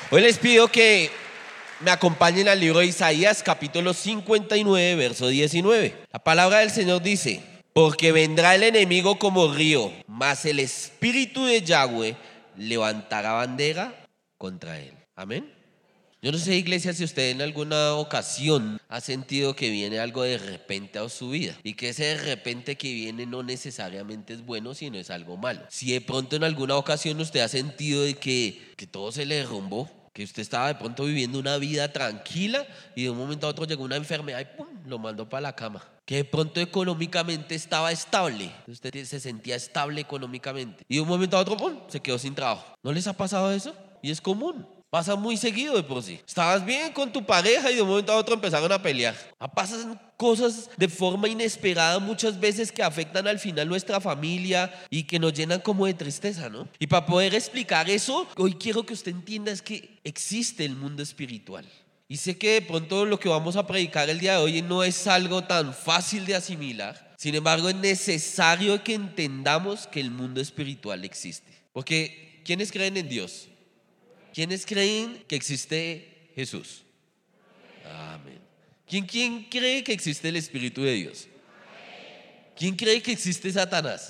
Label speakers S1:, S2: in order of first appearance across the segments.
S1: Hoy les pido que me acompañen al libro de Isaías, capítulo 59, verso 19. La palabra del Señor dice: porque vendrá el enemigo como río, mas el espíritu de Yahweh levantará bandera contra él. Amén. Yo no sé, iglesia, si usted en alguna ocasión ha sentido que viene algo de repente a su vida, y que ese de repente que viene no necesariamente es bueno, sino es algo malo. Si de pronto en alguna ocasión usted ha sentido de que todo se le derrumbó, que usted estaba de pronto viviendo una vida tranquila y de un momento a otro llegó una enfermedad y ¡pum!, lo mandó para la cama. Que de pronto económicamente estaba estable, usted se sentía estable económicamente y de un momento a otro ¡pum!, se quedó sin trabajo. ¿No les ha pasado eso? Y es común. Pasa muy seguido de por sí. Estabas bien con tu pareja y de un momento a otro empezaron a pelear. Pasan cosas de forma inesperada muchas veces que afectan al final nuestra familia y que nos llenan como de tristeza, ¿no? Y para poder explicar eso, hoy quiero que usted entienda es que existe el mundo espiritual. Y sé que de pronto lo que vamos a predicar el día de hoy no es algo tan fácil de asimilar. Sin embargo, es necesario que entendamos que el mundo espiritual existe. Porque ¿quiénes creen en Dios? ¿Quiénes creen que existe Jesús? Amén. ¿Quién cree que existe el Espíritu de Dios? ¿Quién cree que existe Satanás?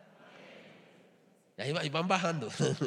S1: Ahí van bajando.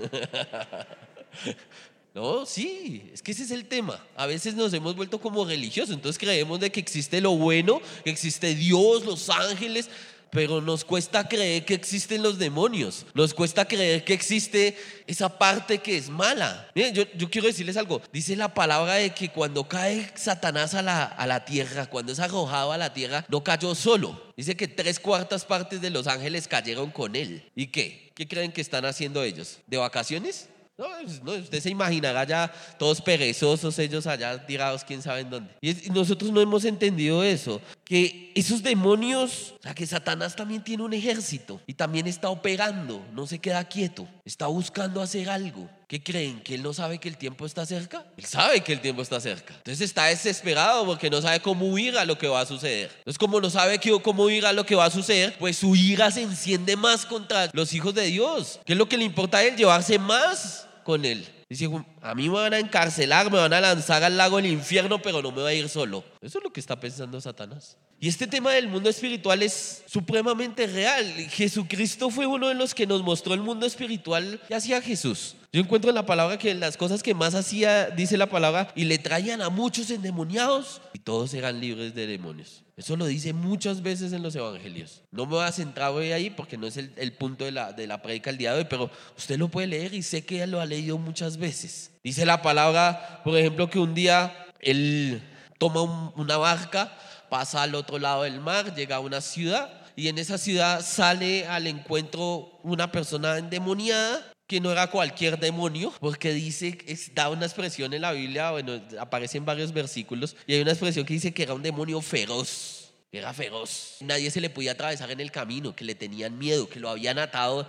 S1: No, sí, es que ese es el tema. A veces nos hemos vuelto como religiosos, entonces creemos de que existe lo bueno, que existe Dios, los ángeles, pero nos cuesta creer que existen los demonios, nos cuesta creer que existe esa parte que es mala. Miren, yo quiero decirles algo. Dice la palabra de que cuando cae Satanás a la tierra, cuando es arrojado a la tierra, no cayó solo. Dice que 3/4 partes de los ángeles cayeron con él. ¿Y qué? ¿Qué creen que están haciendo ellos? ¿De vacaciones? No, usted se imaginará ya todos perezosos, ellos allá tirados quién sabe en dónde. Y nosotros no hemos entendido eso, que esos demonios, o sea, que Satanás también tiene un ejército y también está operando, no se queda quieto, está buscando hacer algo. ¿Qué creen? ¿Que él no sabe que el tiempo está cerca? Él sabe que el tiempo está cerca. Entonces está desesperado porque no sabe cómo huir a lo que va a suceder. Entonces, como no sabe cómo huir a lo que va a suceder, pues su ira se enciende más contra los hijos de Dios. ¿Qué es lo que le importa a él? Llevarse más con él. Dice: a mí me van a encarcelar, me van a lanzar al lago del infierno, pero no me voy a ir solo. Eso es lo que está pensando Satanás. Y este tema del mundo espiritual es supremamente real. Jesucristo fue uno de los que nos mostró el mundo espiritual que hacía Jesús. Yo encuentro en la palabra que las cosas que más hacía, dice la palabra, y le traían a muchos endemoniados y todos eran libres de demonios. Eso lo dice muchas veces en los evangelios. No me voy a centrar hoy ahí porque no es el punto de la prédica el día de hoy, pero usted lo puede leer y sé que él lo ha leído muchas veces. Dice la palabra, por ejemplo, que un día él toma una barca, pasa al otro lado del mar, llega a una ciudad y en esa ciudad sale al encuentro una persona endemoniada, que no era cualquier demonio, porque da una expresión en la Biblia, bueno, aparece en varios versículos, y hay una expresión que dice que era un demonio feroz. Era feroz. Nadie se le podía atravesar en el camino, que le tenían miedo, que lo habían atado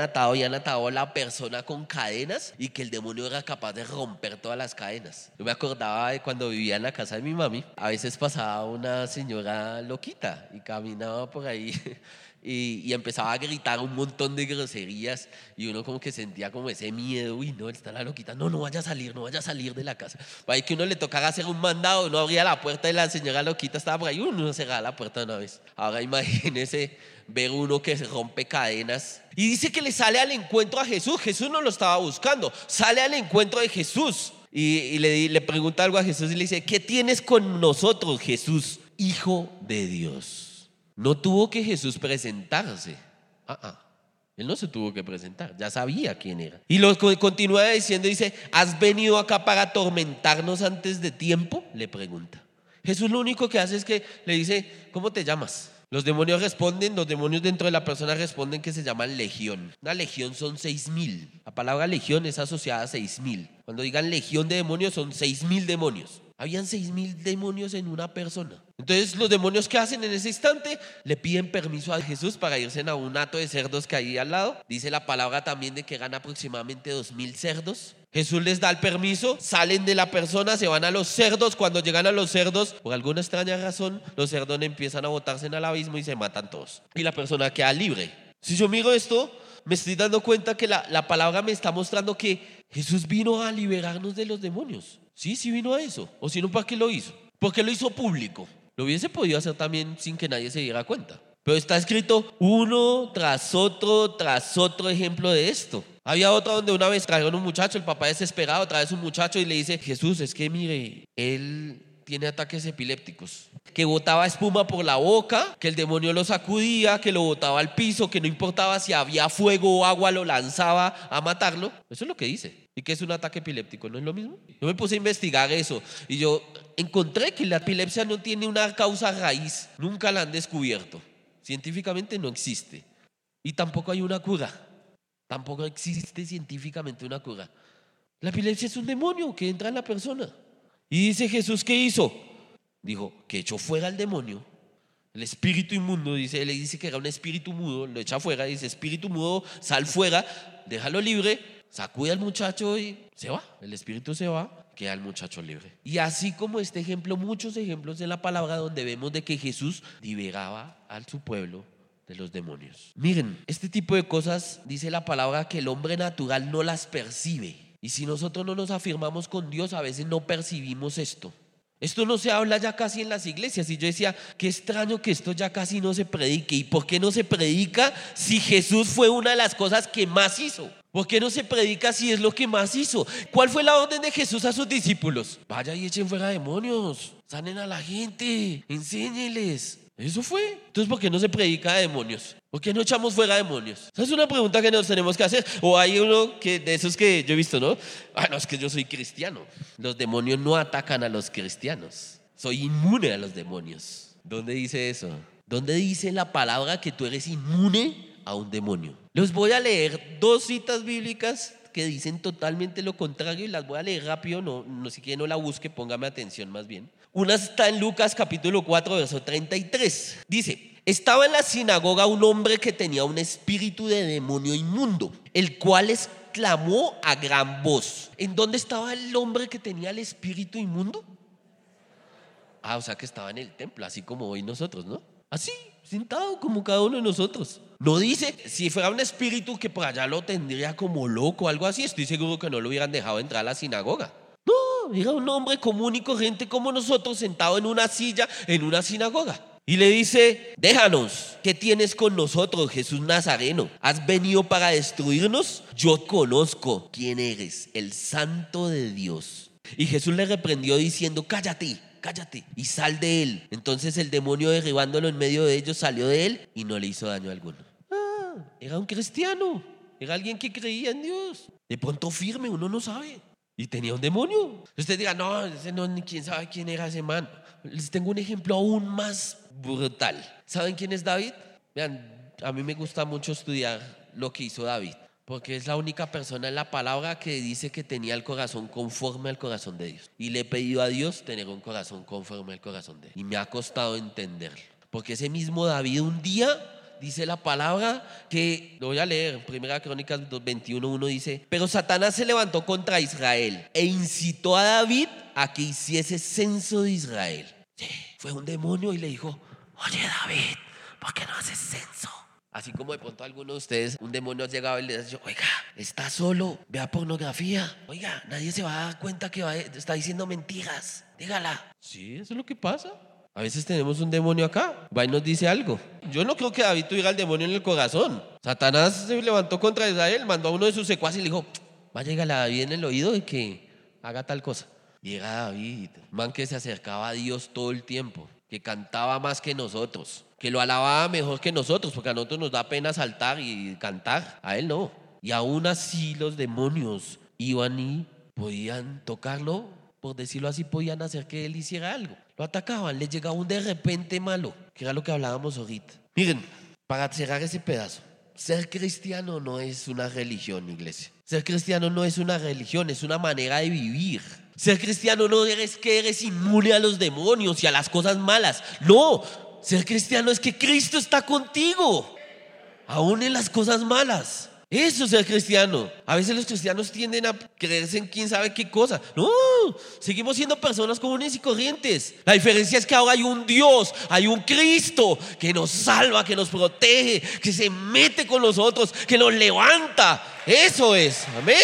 S1: a la persona con cadenas y que el demonio era capaz de romper todas las cadenas. Yo me acordaba de cuando vivía en la casa de mi mami, a veces pasaba una señora loquita y caminaba por ahí y empezaba a gritar un montón de groserías y uno como que sentía como ese miedo. Uy, no, está la loquita, no vaya a salir de la casa. Para ahí que uno le tocara hacer un mandado, uno abría la puerta y la señora loquita estaba por ahí, uno cerraba la puerta una vez. Ahora imagínese ver uno que se rompe cadenas. Y dice que le sale al encuentro a Jesús. Jesús no lo estaba buscando, sale al encuentro de Jesús y le pregunta algo a Jesús y le dice: ¿qué tienes con nosotros, Jesús, Hijo de Dios? No tuvo que Jesús presentarse. Él no se tuvo que presentar, ya sabía quién era. Y lo continúa diciendo, dice: ¿has venido acá para atormentarnos antes de tiempo?, le pregunta. Jesús lo único que hace es que le dice: ¿cómo te llamas? Los demonios dentro de la persona responden que se llaman legión. Una legión son 6,000. La palabra legión es asociada a 6,000. Cuando digan legión de demonios, son 6,000 demonios. Habían 6,000 demonios en una persona. Entonces los demonios, ¿qué hacen en ese instante? Le piden permiso a Jesús para irse a un hato de cerdos que hay al lado. Dice la palabra también de que eran aproximadamente 2,000 cerdos. Jesús les da el permiso, salen de la persona, se van a los cerdos. Cuando llegan a los cerdos, por alguna extraña razón, los cerdos empiezan a botarse en el abismo y se matan todos. Y la persona queda libre. Si yo miro esto, me estoy dando cuenta que la palabra me está mostrando que Jesús vino a liberarnos de los demonios. Sí, sí vino a eso. O si no, ¿para qué lo hizo? ¿Por qué lo hizo público? Lo hubiese podido hacer también sin que nadie se diera cuenta. Pero está escrito uno tras otro ejemplo de esto. Había otra donde una vez trajeron un muchacho, el papá desesperado trae a un muchacho y le dice: Jesús, es que mire, él tiene ataques epilépticos, que botaba espuma por la boca, que el demonio lo sacudía, que lo botaba al piso, que no importaba si había fuego o agua, lo lanzaba a matarlo. Eso es lo que dice. ¿Y qué es un ataque epiléptico? ¿No es lo mismo? Yo me puse a investigar eso y yo encontré que la epilepsia no tiene una causa raíz, nunca la han descubierto. Científicamente no existe. Y tampoco hay una cura. Tampoco existe científicamente una cura. La epilepsia es un demonio que entra en la persona. Y dice Jesús, ¿qué hizo? Dijo que echó fuera al demonio. El espíritu inmundo, dice, le dice que era un espíritu mudo, lo echa fuera, dice: espíritu mudo, sal fuera, déjalo libre, sacude al muchacho y se va. El espíritu se va, queda el muchacho libre. Y así como este ejemplo, muchos ejemplos en la palabra donde vemos de que Jesús liberaba a su pueblo de los demonios. Miren, este tipo de cosas dice la palabra que el hombre natural no las percibe. Y si nosotros no nos afirmamos con Dios, a veces no percibimos esto. Esto no se habla ya casi en las iglesias. Y yo decía, qué extraño que esto ya casi no se predique. ¿Y por qué no se predica si Jesús fue una de las cosas que más hizo? ¿Por qué no se predica si es lo que más hizo? ¿Cuál fue la orden de Jesús a sus discípulos? Vaya y echen fuera demonios, sanen a la gente, enséñeles. Eso fue. Entonces, ¿por qué no se predica de demonios? ¿Por qué no echamos fuera demonios? Esa es una pregunta que nos tenemos que hacer. O hay uno que de esos que yo he visto, ¿no? No, es que yo soy cristiano. Los demonios no atacan a los cristianos. Soy inmune a los demonios. ¿Dónde dice eso? ¿Dónde dice la palabra que tú eres inmune a un demonio? Les voy a leer 2 citas bíblicas que dicen totalmente lo contrario y las voy a leer rápido. No, si quiere no la busque, póngame atención más bien. Una está en Lucas capítulo 4, verso 33. Dice: estaba en la sinagoga un hombre que tenía un espíritu de demonio inmundo, el cual exclamó a gran voz. ¿En dónde estaba el hombre que tenía el espíritu inmundo? O sea que estaba en el templo, así como hoy nosotros, ¿no? Así, sentado como cada uno de nosotros. No dice, si fuera un espíritu que por allá lo tendría como loco o algo así, estoy seguro que no lo hubieran dejado entrar a la sinagoga. No, era un hombre común y corriente como nosotros, sentado en una silla en una sinagoga. Y le dice: déjanos, ¿qué tienes con nosotros, Jesús Nazareno? ¿Has venido para destruirnos? Yo conozco quién eres, el Santo de Dios. Y Jesús le reprendió diciendo: cállate y sal de él. Entonces el demonio, derribándolo en medio de ellos, salió de él y no le hizo daño alguno. Era un cristiano, era alguien que creía en Dios. De pronto firme, uno no sabe. Y tenía un demonio. Usted diga: no, ese no, ni quién sabe quién era ese man. Les tengo un ejemplo aún más brutal. ¿Saben quién es David? Vean, a mí me gusta mucho estudiar lo que hizo David, porque es la única persona en la palabra que dice que tenía el corazón conforme al corazón de Dios. Y le he pedido a Dios tener un corazón conforme al corazón de Él. Y me ha costado entenderlo. Porque ese mismo David un día dice la palabra que, lo voy a leer, Primera Crónicas 21:1 dice: pero Satanás se levantó contra Israel e incitó a David a que hiciese censo de Israel. Sí, fue un demonio y le dijo: oye David, ¿por qué no haces censo? Así como de pronto a alguno de ustedes, un demonio ha llegado y les dice: oiga, está solo, vea pornografía. Oiga, nadie se va a dar cuenta que está diciendo mentiras. Dígala. Sí, eso es lo que pasa. A veces tenemos un demonio acá, va y nos dice algo. Yo no creo que David tuviera el demonio en el corazón. Satanás se levantó contra Israel, mandó a uno de sus secuaces y le dijo: vaya, dígale a David en el oído de que haga tal cosa. Llega David, man que se acercaba a Dios todo el tiempo, que cantaba más que nosotros, que lo alababa mejor que nosotros, porque a nosotros nos da pena saltar y cantar, a él no. Y aún así los demonios iban y podían tocarlo, por decirlo así, podían hacer que él hiciera algo. Lo atacaban, le llegaba un de repente malo, que era lo que hablábamos ahorita. Miren, para cerrar ese pedazo, ser cristiano no es una religión, iglesia. Ser cristiano no es una religión, es una manera de vivir. Ser cristiano no es que eres inmune a los demonios y a las cosas malas. No, ser cristiano es que Cristo está contigo, aún en las cosas malas. Eso es ser cristiano. A veces los cristianos tienden a creerse en quién sabe qué cosa. No, seguimos siendo personas comunes y corrientes. La diferencia es que ahora hay un Dios, hay un Cristo que nos salva, que nos protege, que se mete con nosotros, que nos levanta. Eso es, amén.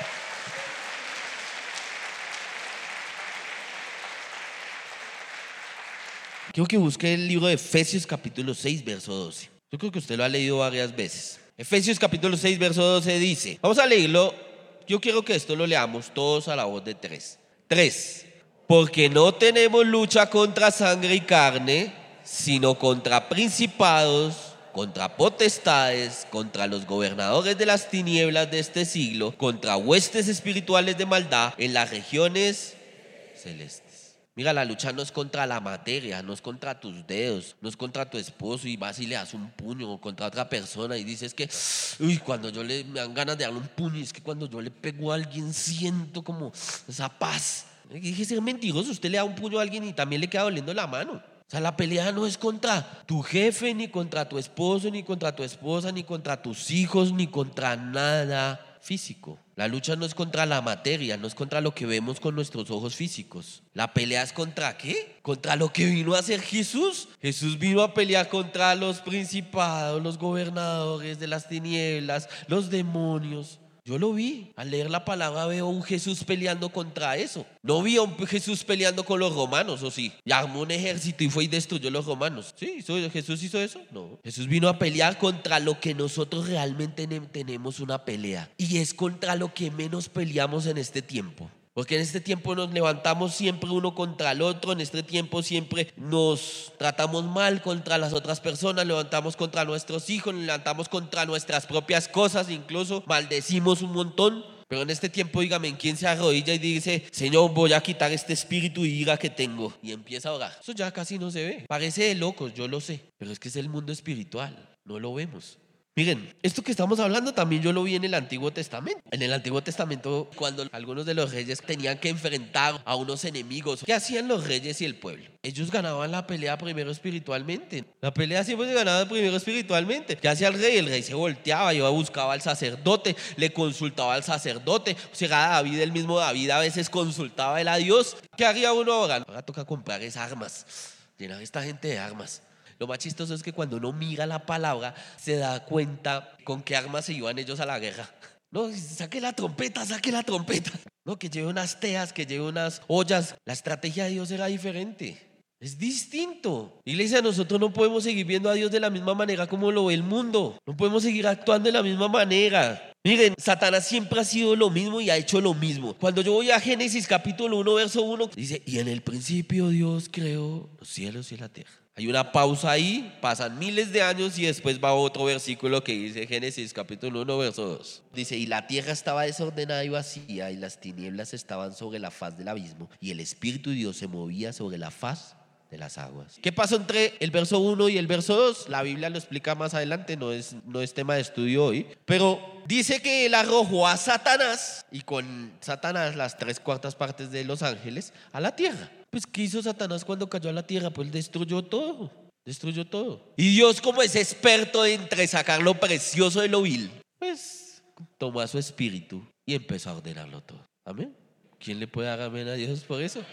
S1: Quiero que busque el libro de Efesios capítulo 6, verso 12. Yo creo que usted lo ha leído varias veces. Efesios capítulo 6, verso 12 dice, vamos a leerlo. Yo quiero que esto lo leamos todos a la voz de tres. 3. Porque no tenemos lucha contra sangre y carne, sino contra principados, contra potestades, contra los gobernadores de las tinieblas de este siglo, contra huestes espirituales de maldad en las regiones celestes. Mira, la lucha no es contra la materia, no es contra tus dedos, no es contra tu esposo y vas y le das un puño, o contra otra persona y dices que, cuando me dan ganas de darle un puño, y es que cuando yo le pego a alguien siento como esa paz. Y dije, ser mentiroso, usted le da un puño a alguien y también le queda doliendo la mano. O sea, la pelea no es contra tu jefe, ni contra tu esposo, ni contra tu esposa, ni contra tus hijos, ni contra nada físico. La lucha no es contra la materia, no es contra lo que vemos con nuestros ojos físicos. La pelea es contra ¿qué? Contra lo que vino a hacer Jesús. Jesús vino a pelear contra los principados, los gobernadores de las tinieblas, los demonios. Yo lo vi, al leer la palabra veo un Jesús peleando contra eso. No vi a un Jesús peleando con los romanos, ¿o sí? Y armó un ejército y fue y destruyó a los romanos. ¿Sí? ¿Jesús hizo eso? No. Jesús vino a pelear contra lo que nosotros realmente tenemos una pelea. Y es contra lo que menos peleamos en este tiempo. Porque en este tiempo nos levantamos siempre uno contra el otro. En este tiempo siempre nos tratamos mal contra las otras personas. Levantamos contra nuestros hijos, levantamos contra nuestras propias cosas. Incluso maldecimos un montón. Pero en este tiempo, dígame, ¿en quién se arrodilla y dice, Señor, voy a quitar este espíritu y ira que tengo? Y empieza a orar. Eso ya casi no se ve. Parece de locos, yo lo sé. Pero es que es el mundo espiritual. No lo vemos. Miren, esto que estamos hablando también yo lo vi en el Antiguo Testamento. En el Antiguo Testamento, cuando algunos de los reyes tenían que enfrentar a unos enemigos, ¿qué hacían los reyes y el pueblo? Ellos ganaban la pelea primero espiritualmente. La pelea siempre se ganaba primero espiritualmente. ¿Qué hacía el rey? El rey se volteaba, iba, buscaba al sacerdote, le consultaba al sacerdote. O sea, David, el mismo David, a veces consultaba él a Dios. ¿Qué haría uno ahora? Ahora toca comprar esas armas, llenar a esta gente de armas. Lo más chistoso es que cuando uno mira la palabra se da cuenta con qué armas se iban ellos a la guerra. No, saque la trompeta, saque la trompeta. No, que lleve unas teas, que lleve unas ollas. La estrategia de Dios era diferente. Es distinto. Iglesia, nosotros no podemos seguir viendo a Dios de la misma manera como lo ve el mundo. No podemos seguir actuando de la misma manera. Miren, Satanás siempre ha sido lo mismo y ha hecho lo mismo. Cuando yo voy a Génesis capítulo 1, verso 1, dice, y en el principio Dios creó los cielos y la tierra. Hay una pausa ahí, pasan miles de años y después va otro versículo que dice Génesis capítulo 1, verso 2. Dice, y la tierra estaba desordenada y vacía y las tinieblas estaban sobre la faz del abismo y el Espíritu de Dios se movía sobre la faz de las aguas. ¿Qué pasó entre el verso 1 y el verso 2? La Biblia lo explica más adelante, no es tema de estudio hoy. Pero dice que él arrojó a Satanás y con Satanás las 3/4 partes de los ángeles a la tierra. Pues ¿qué hizo Satanás cuando cayó a la tierra? Pues destruyó todo. Destruyó todo. Y Dios, como es experto entre sacar lo precioso de lo vil, pues tomó a su espíritu y empezó a ordenarlo todo. Amén. ¿Quién le puede dar amén a Dios por eso?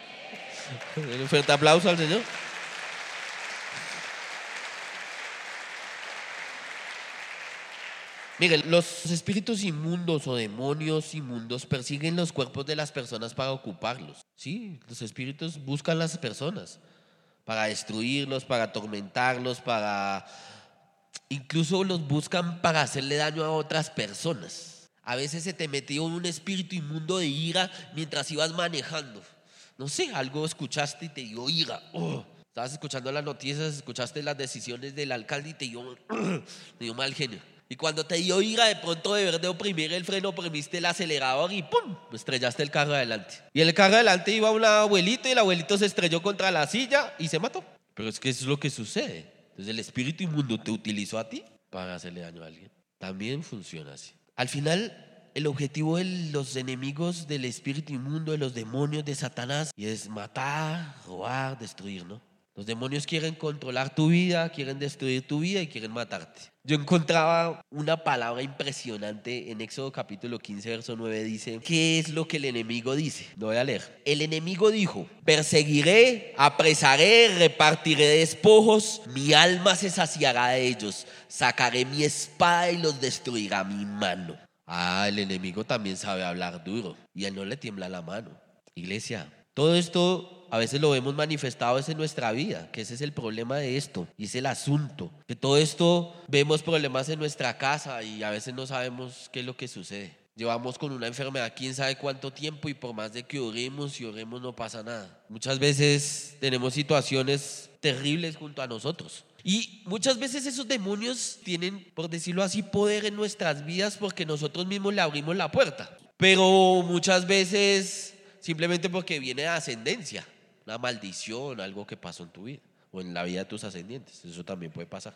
S1: Un fuerte aplauso al Señor. Miren, los espíritus inmundos o demonios inmundos persiguen los cuerpos de las personas para ocuparlos. Sí, los espíritus buscan las personas para destruirlos, para atormentarlos, incluso los buscan para hacerle daño a otras personas. A veces se te metió un espíritu inmundo de ira mientras ibas manejando. No sé, algo escuchaste y te dio ira. Estabas escuchando las noticias, escuchaste las decisiones del alcalde y te dio mal genio. Y cuando te dio ira, de pronto de ver de oprimir el freno, oprimiste el acelerador y ¡pum! Estrellaste el carro adelante. Y en el carro adelante iba un abuelito y el abuelito se estrelló contra la silla y se mató. Pero es que eso es lo que sucede. Entonces el espíritu inmundo te utilizó a ti para hacerle daño a alguien. También funciona así. Al final, el objetivo de los enemigos del espíritu inmundo, de los demonios de Satanás, y es matar, robar, destruir, ¿no? Los demonios quieren controlar tu vida, quieren destruir tu vida y quieren matarte. Yo encontraba una palabra impresionante en Éxodo capítulo 15, verso 9, dice, ¿qué es lo que el enemigo dice? Lo voy a leer. El enemigo dijo, perseguiré, apresaré, repartiré despojos, mi alma se saciará de ellos, sacaré mi espada y los destruirá mi mano. El enemigo también sabe hablar duro y a él no le tiembla la mano. Iglesia, todo esto a veces lo vemos manifestado en nuestra vida, que ese es el problema de esto y es el asunto, que todo esto vemos problemas en nuestra casa y a veces no sabemos qué es lo que sucede. Llevamos con una enfermedad quién sabe cuánto tiempo y por más de que oremos y oremos no pasa nada. Muchas veces tenemos situaciones terribles junto a nosotros. Y muchas veces esos demonios tienen, por decirlo así, poder en nuestras vidas porque nosotros mismos le abrimos la puerta. Pero muchas veces simplemente porque viene de ascendencia, una maldición, algo que pasó en tu vida o en la vida de tus ascendientes, eso también puede pasar.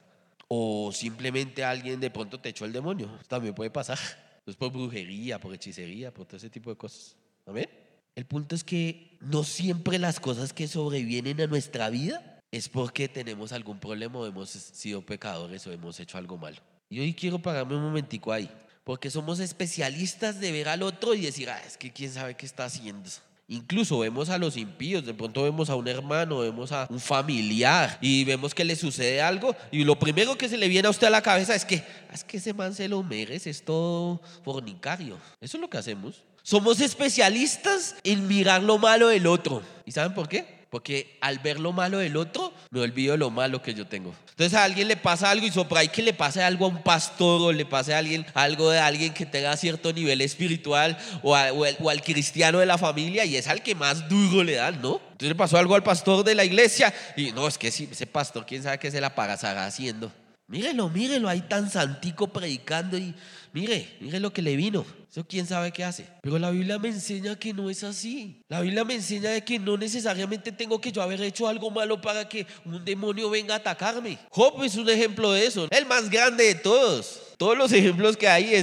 S1: O simplemente alguien de pronto te echó el demonio, eso también puede pasar. Entonces por brujería, por hechicería, por todo ese tipo de cosas. ¿Amén? El punto es que no siempre las cosas que sobrevienen a nuestra vida es porque tenemos algún problema o hemos sido pecadores o hemos hecho algo malo. Y hoy quiero pararme un momentico ahí, porque somos especialistas de ver al otro y decir, es que quién sabe qué está haciendo. Incluso vemos a los impíos, de pronto vemos a un hermano, vemos a un familiar y vemos que le sucede algo y lo primero que se le viene a usted a la cabeza es que ese man se lo merece, es todo fornicario. Eso es lo que hacemos. Somos especialistas en mirar lo malo del otro. ¿Y saben por qué? Porque al ver lo malo del otro, me olvido de lo malo que yo tengo. Entonces a alguien le pasa algo y por ahí que le pase algo a un pastor o le pase a alguien algo de alguien que tenga cierto nivel espiritual o al cristiano de la familia y es al que más duro le dan, ¿no? Entonces le pasó algo al pastor de la iglesia y no, es que sí, ese pastor quién sabe qué se la pasará haciendo. Mírelo ahí tan santico predicando y mire lo que le vino. Eso quién sabe qué hace. Pero la Biblia me enseña que no es así. La Biblia me enseña de que no necesariamente tengo que yo haber hecho algo malo para que un demonio venga a atacarme. Job es un ejemplo de eso, el más grande de todos. Todos los ejemplos que hay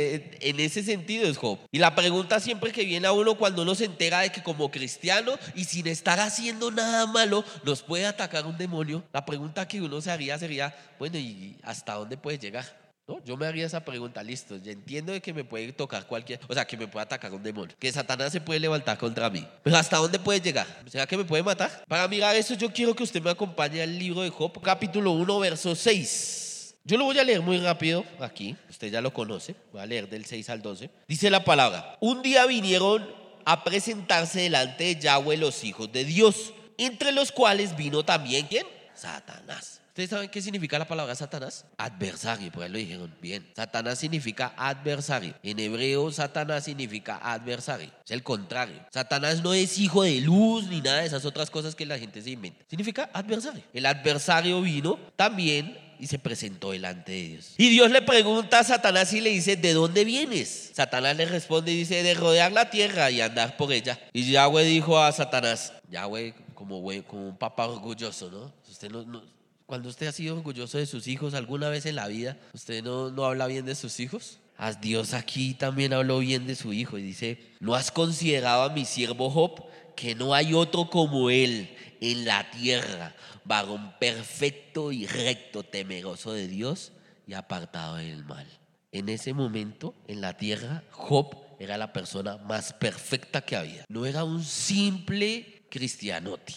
S1: en ese sentido es Job. Y la pregunta siempre que viene a uno cuando uno se entera de que como cristiano y sin estar haciendo nada malo nos puede atacar un demonio, la pregunta que uno se haría sería, bueno, ¿y hasta dónde puede llegar? ¿No? Yo me haría esa pregunta, listo, ya entiendo de que me puede tocar que me puede atacar un demonio, que Satanás se puede levantar contra mí, pero ¿hasta dónde puede llegar? ¿Será que me puede matar? Para mirar eso yo quiero que usted me acompañe al libro de Job, capítulo 1, verso 6. Yo lo voy a leer muy rápido aquí, usted ya lo conoce, voy a leer del 6 al 12. Dice la palabra, un día vinieron a presentarse delante de Yahweh los hijos de Dios, entre los cuales vino también, ¿quién? Satanás. ¿Ustedes saben qué significa la palabra Satanás? Adversario, por ahí lo dijeron bien. Satanás significa adversario. En hebreo, Satanás significa adversario. Es el contrario. Satanás no es hijo de luz ni nada de esas otras cosas que la gente se inventa. Significa adversario. El adversario vino también y se presentó delante de Dios. Y Dios le pregunta a Satanás y le dice, ¿de dónde vienes? Satanás le responde y dice, de rodear la tierra y andar por ella. Y Yahweh dijo a Satanás, Yahweh como un papá orgulloso, ¿no? Usted cuando usted ha sido orgulloso de sus hijos alguna vez en la vida, ¿usted no habla bien de sus hijos? Dios aquí también habló bien de su hijo y dice, ¿no has considerado a mi siervo Job? Que no hay otro como él en la tierra, varón perfecto y recto, temeroso de Dios y apartado del mal. En ese momento, en la tierra, Job era la persona más perfecta que había. No era un simple cristianote.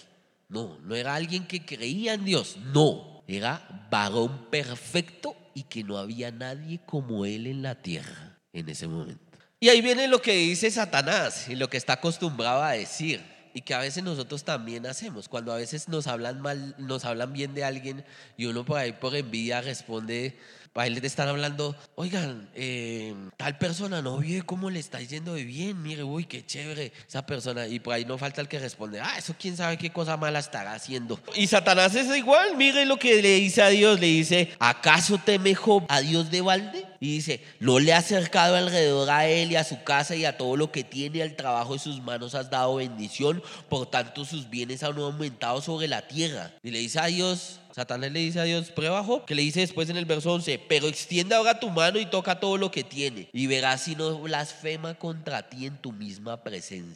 S1: No era alguien que creía en Dios, no, era varón perfecto y que no había nadie como él en la tierra en ese momento. Y ahí viene lo que dice Satanás y lo que está acostumbrado a decir y que a veces nosotros también hacemos, cuando a veces nos hablan mal, nos hablan bien de alguien y uno por ahí por envidia responde, para él te están hablando, oigan, tal persona no ve cómo le está yendo de bien, mire, uy, qué chévere esa persona, y por ahí no falta el que responde, eso quién sabe qué cosa mala estará haciendo. Y Satanás es igual, mire lo que le dice a Dios, le dice, ¿acaso teme Job a Dios de balde? Y dice, ¿no le has acercado alrededor a él y a su casa y a todo lo que tiene, al trabajo de sus manos has dado bendición? Por tanto sus bienes han aumentado sobre la tierra. Y le dice a Dios, Satanás le dice a Dios, prueba Job, que le dice después en el verso 11, pero extiende ahora tu mano y toca todo lo que tiene y verás si no blasfema contra ti en tu misma presencia.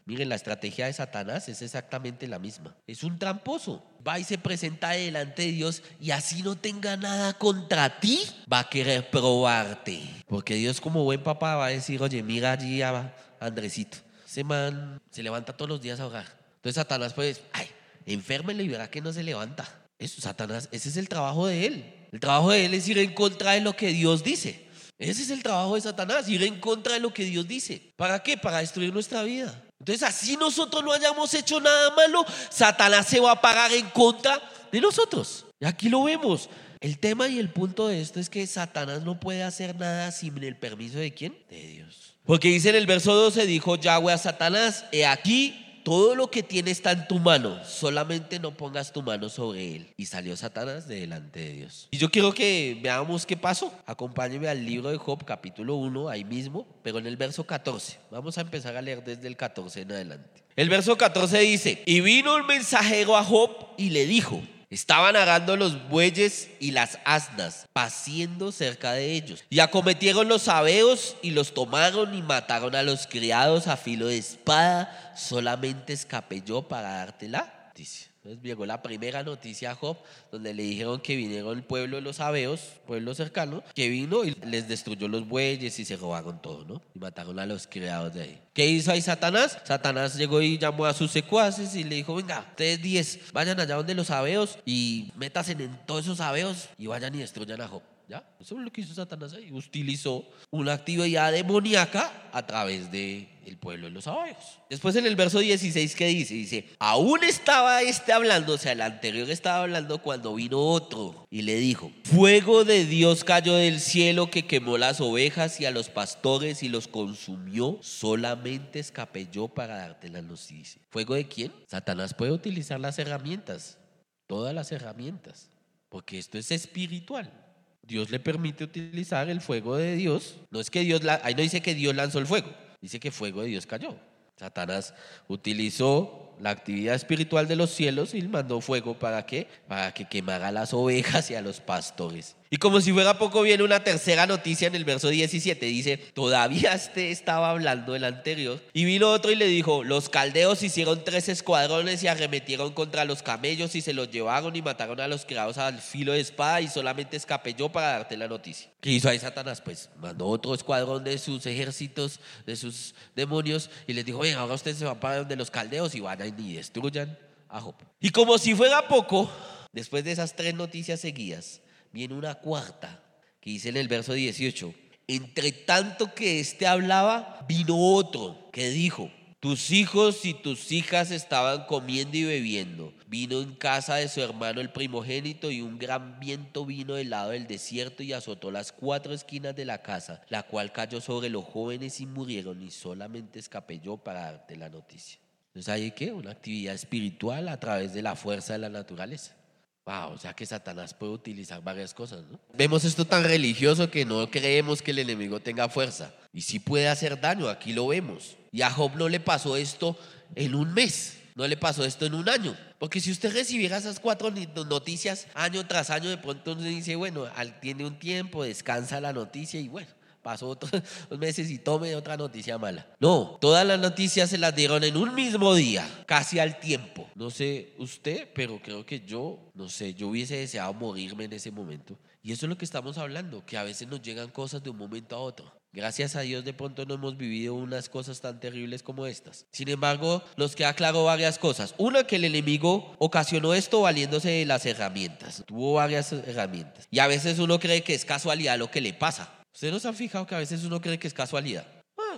S1: Miren, la estrategia de Satanás es exactamente la misma. Es un tramposo. Va y se presenta delante de Dios y así no tenga nada contra ti, va a querer probarte. Porque Dios como buen papá va a decir, oye, mira allí a Andresito. Ese man se levanta todos los días a orar. Entonces Satanás pues, ay, enférmelo y verá que no se levanta. Eso, Satanás, ese es el trabajo de él. El trabajo de él es ir en contra de lo que Dios dice. Ese es el trabajo de Satanás, ir en contra de lo que Dios dice. ¿Para qué? Para destruir nuestra vida. Entonces, así nosotros no hayamos hecho nada malo, Satanás se va a parar en contra de nosotros. Y aquí lo vemos. El tema y el punto de esto es que Satanás no puede hacer nada sin el permiso ¿de quién? De Dios. Porque dice en el verso 12, dijo Yahweh a Satanás, he aquí, todo lo que tiene está en tu mano, solamente no pongas tu mano sobre él. Y salió Satanás de delante de Dios. Y yo quiero que veamos qué pasó. Acompáñenme al libro de Job, capítulo 1, ahí mismo, pero en el verso 14. Vamos a empezar a leer desde el 14 en adelante. El verso 14 dice, y vino un mensajero a Job y le dijo, estaban arando los bueyes y las asnas, paciendo cerca de ellos. Y acometieron los sabeos y los tomaron y mataron a los criados a filo de espada. Solamente escapé yo para darte la noticia. Entonces llegó la primera noticia a Job, donde le dijeron que vinieron el pueblo de los sabeos, pueblo cercano, que vino y les destruyó los bueyes y se robaron todo, ¿no? Y mataron a los criados de ahí. ¿Qué hizo ahí Satanás? Satanás llegó y llamó a sus secuaces y le dijo, venga, ustedes 10, vayan allá donde los sabeos y métanse en todos esos sabeos y vayan y destruyan a Job. ¿Ya? Eso es lo que hizo Satanás ahí. Utilizó una actividad demoníaca a través del pueblo de los sabeos. Después en el verso 16, ¿qué dice? Dice, aún estaba hablando, o sea, el anterior estaba hablando cuando vino otro y le dijo, fuego de Dios cayó del cielo que quemó las ovejas y a los pastores y los consumió. Solamente escapé yo para darte la noticia. ¿Fuego de quién? Satanás puede utilizar las herramientas, todas las herramientas, porque esto es espiritual. Dios le permite utilizar el fuego de Dios. No es que ahí no dice que Dios lanzó el fuego, dice que fuego de Dios cayó. Satanás utilizó la actividad espiritual de los cielos y mandó fuego ¿para qué? Para que quemara a las ovejas y a los pastores. Y como si fuera poco, viene una tercera noticia en el verso 17. Dice, todavía estaba hablando el anterior. Y vino otro y le dijo, los caldeos hicieron 3 escuadrones y arremetieron contra los camellos y se los llevaron y mataron a los criados al filo de espada y solamente escapé yo para darte la noticia. ¿Qué hizo ahí Satanás? Pues mandó otro escuadrón de sus ejércitos, de sus demonios y les dijo, ahora ustedes se van para donde los caldeos y vayan y destruyan a Job. Y como si fuera poco, después de esas 3 noticias seguidas, viene una cuarta que dice en el verso 18, entre tanto que hablaba, vino otro que dijo, tus hijos y tus hijas estaban comiendo y bebiendo. Vino en casa de su hermano el primogénito y un gran viento vino del lado del desierto y azotó las 4 esquinas de la casa, la cual cayó sobre los jóvenes y murieron y solamente escapé yo para darte la noticia. Entonces hay que una actividad espiritual a través de la fuerza de la naturaleza. Wow, o sea que Satanás puede utilizar varias cosas, ¿no? Vemos esto tan religioso que no creemos que el enemigo tenga fuerza. Y sí puede hacer daño, aquí lo vemos. Y a Job no le pasó esto en un mes, no le pasó esto en un año. Porque si usted recibiera esas 4 noticias año tras año, de pronto uno dice, bueno, tiene un tiempo, descansa la noticia y bueno, pasó otros 2 meses y tome otra noticia mala. No, todas las noticias se las dieron en un mismo día, casi al tiempo. No sé usted, pero creo que yo hubiese deseado morirme en ese momento. Y eso es lo que estamos hablando, que a veces nos llegan cosas de un momento a otro. Gracias a Dios de pronto no hemos vivido unas cosas tan terribles como estas. Sin embargo, nos queda claro varias cosas. Una, que el enemigo ocasionó esto valiéndose de las herramientas. Tuvo varias herramientas. Y a veces uno cree que es casualidad lo que le pasa. ¿Ustedes no se han fijado que a veces uno cree que es casualidad?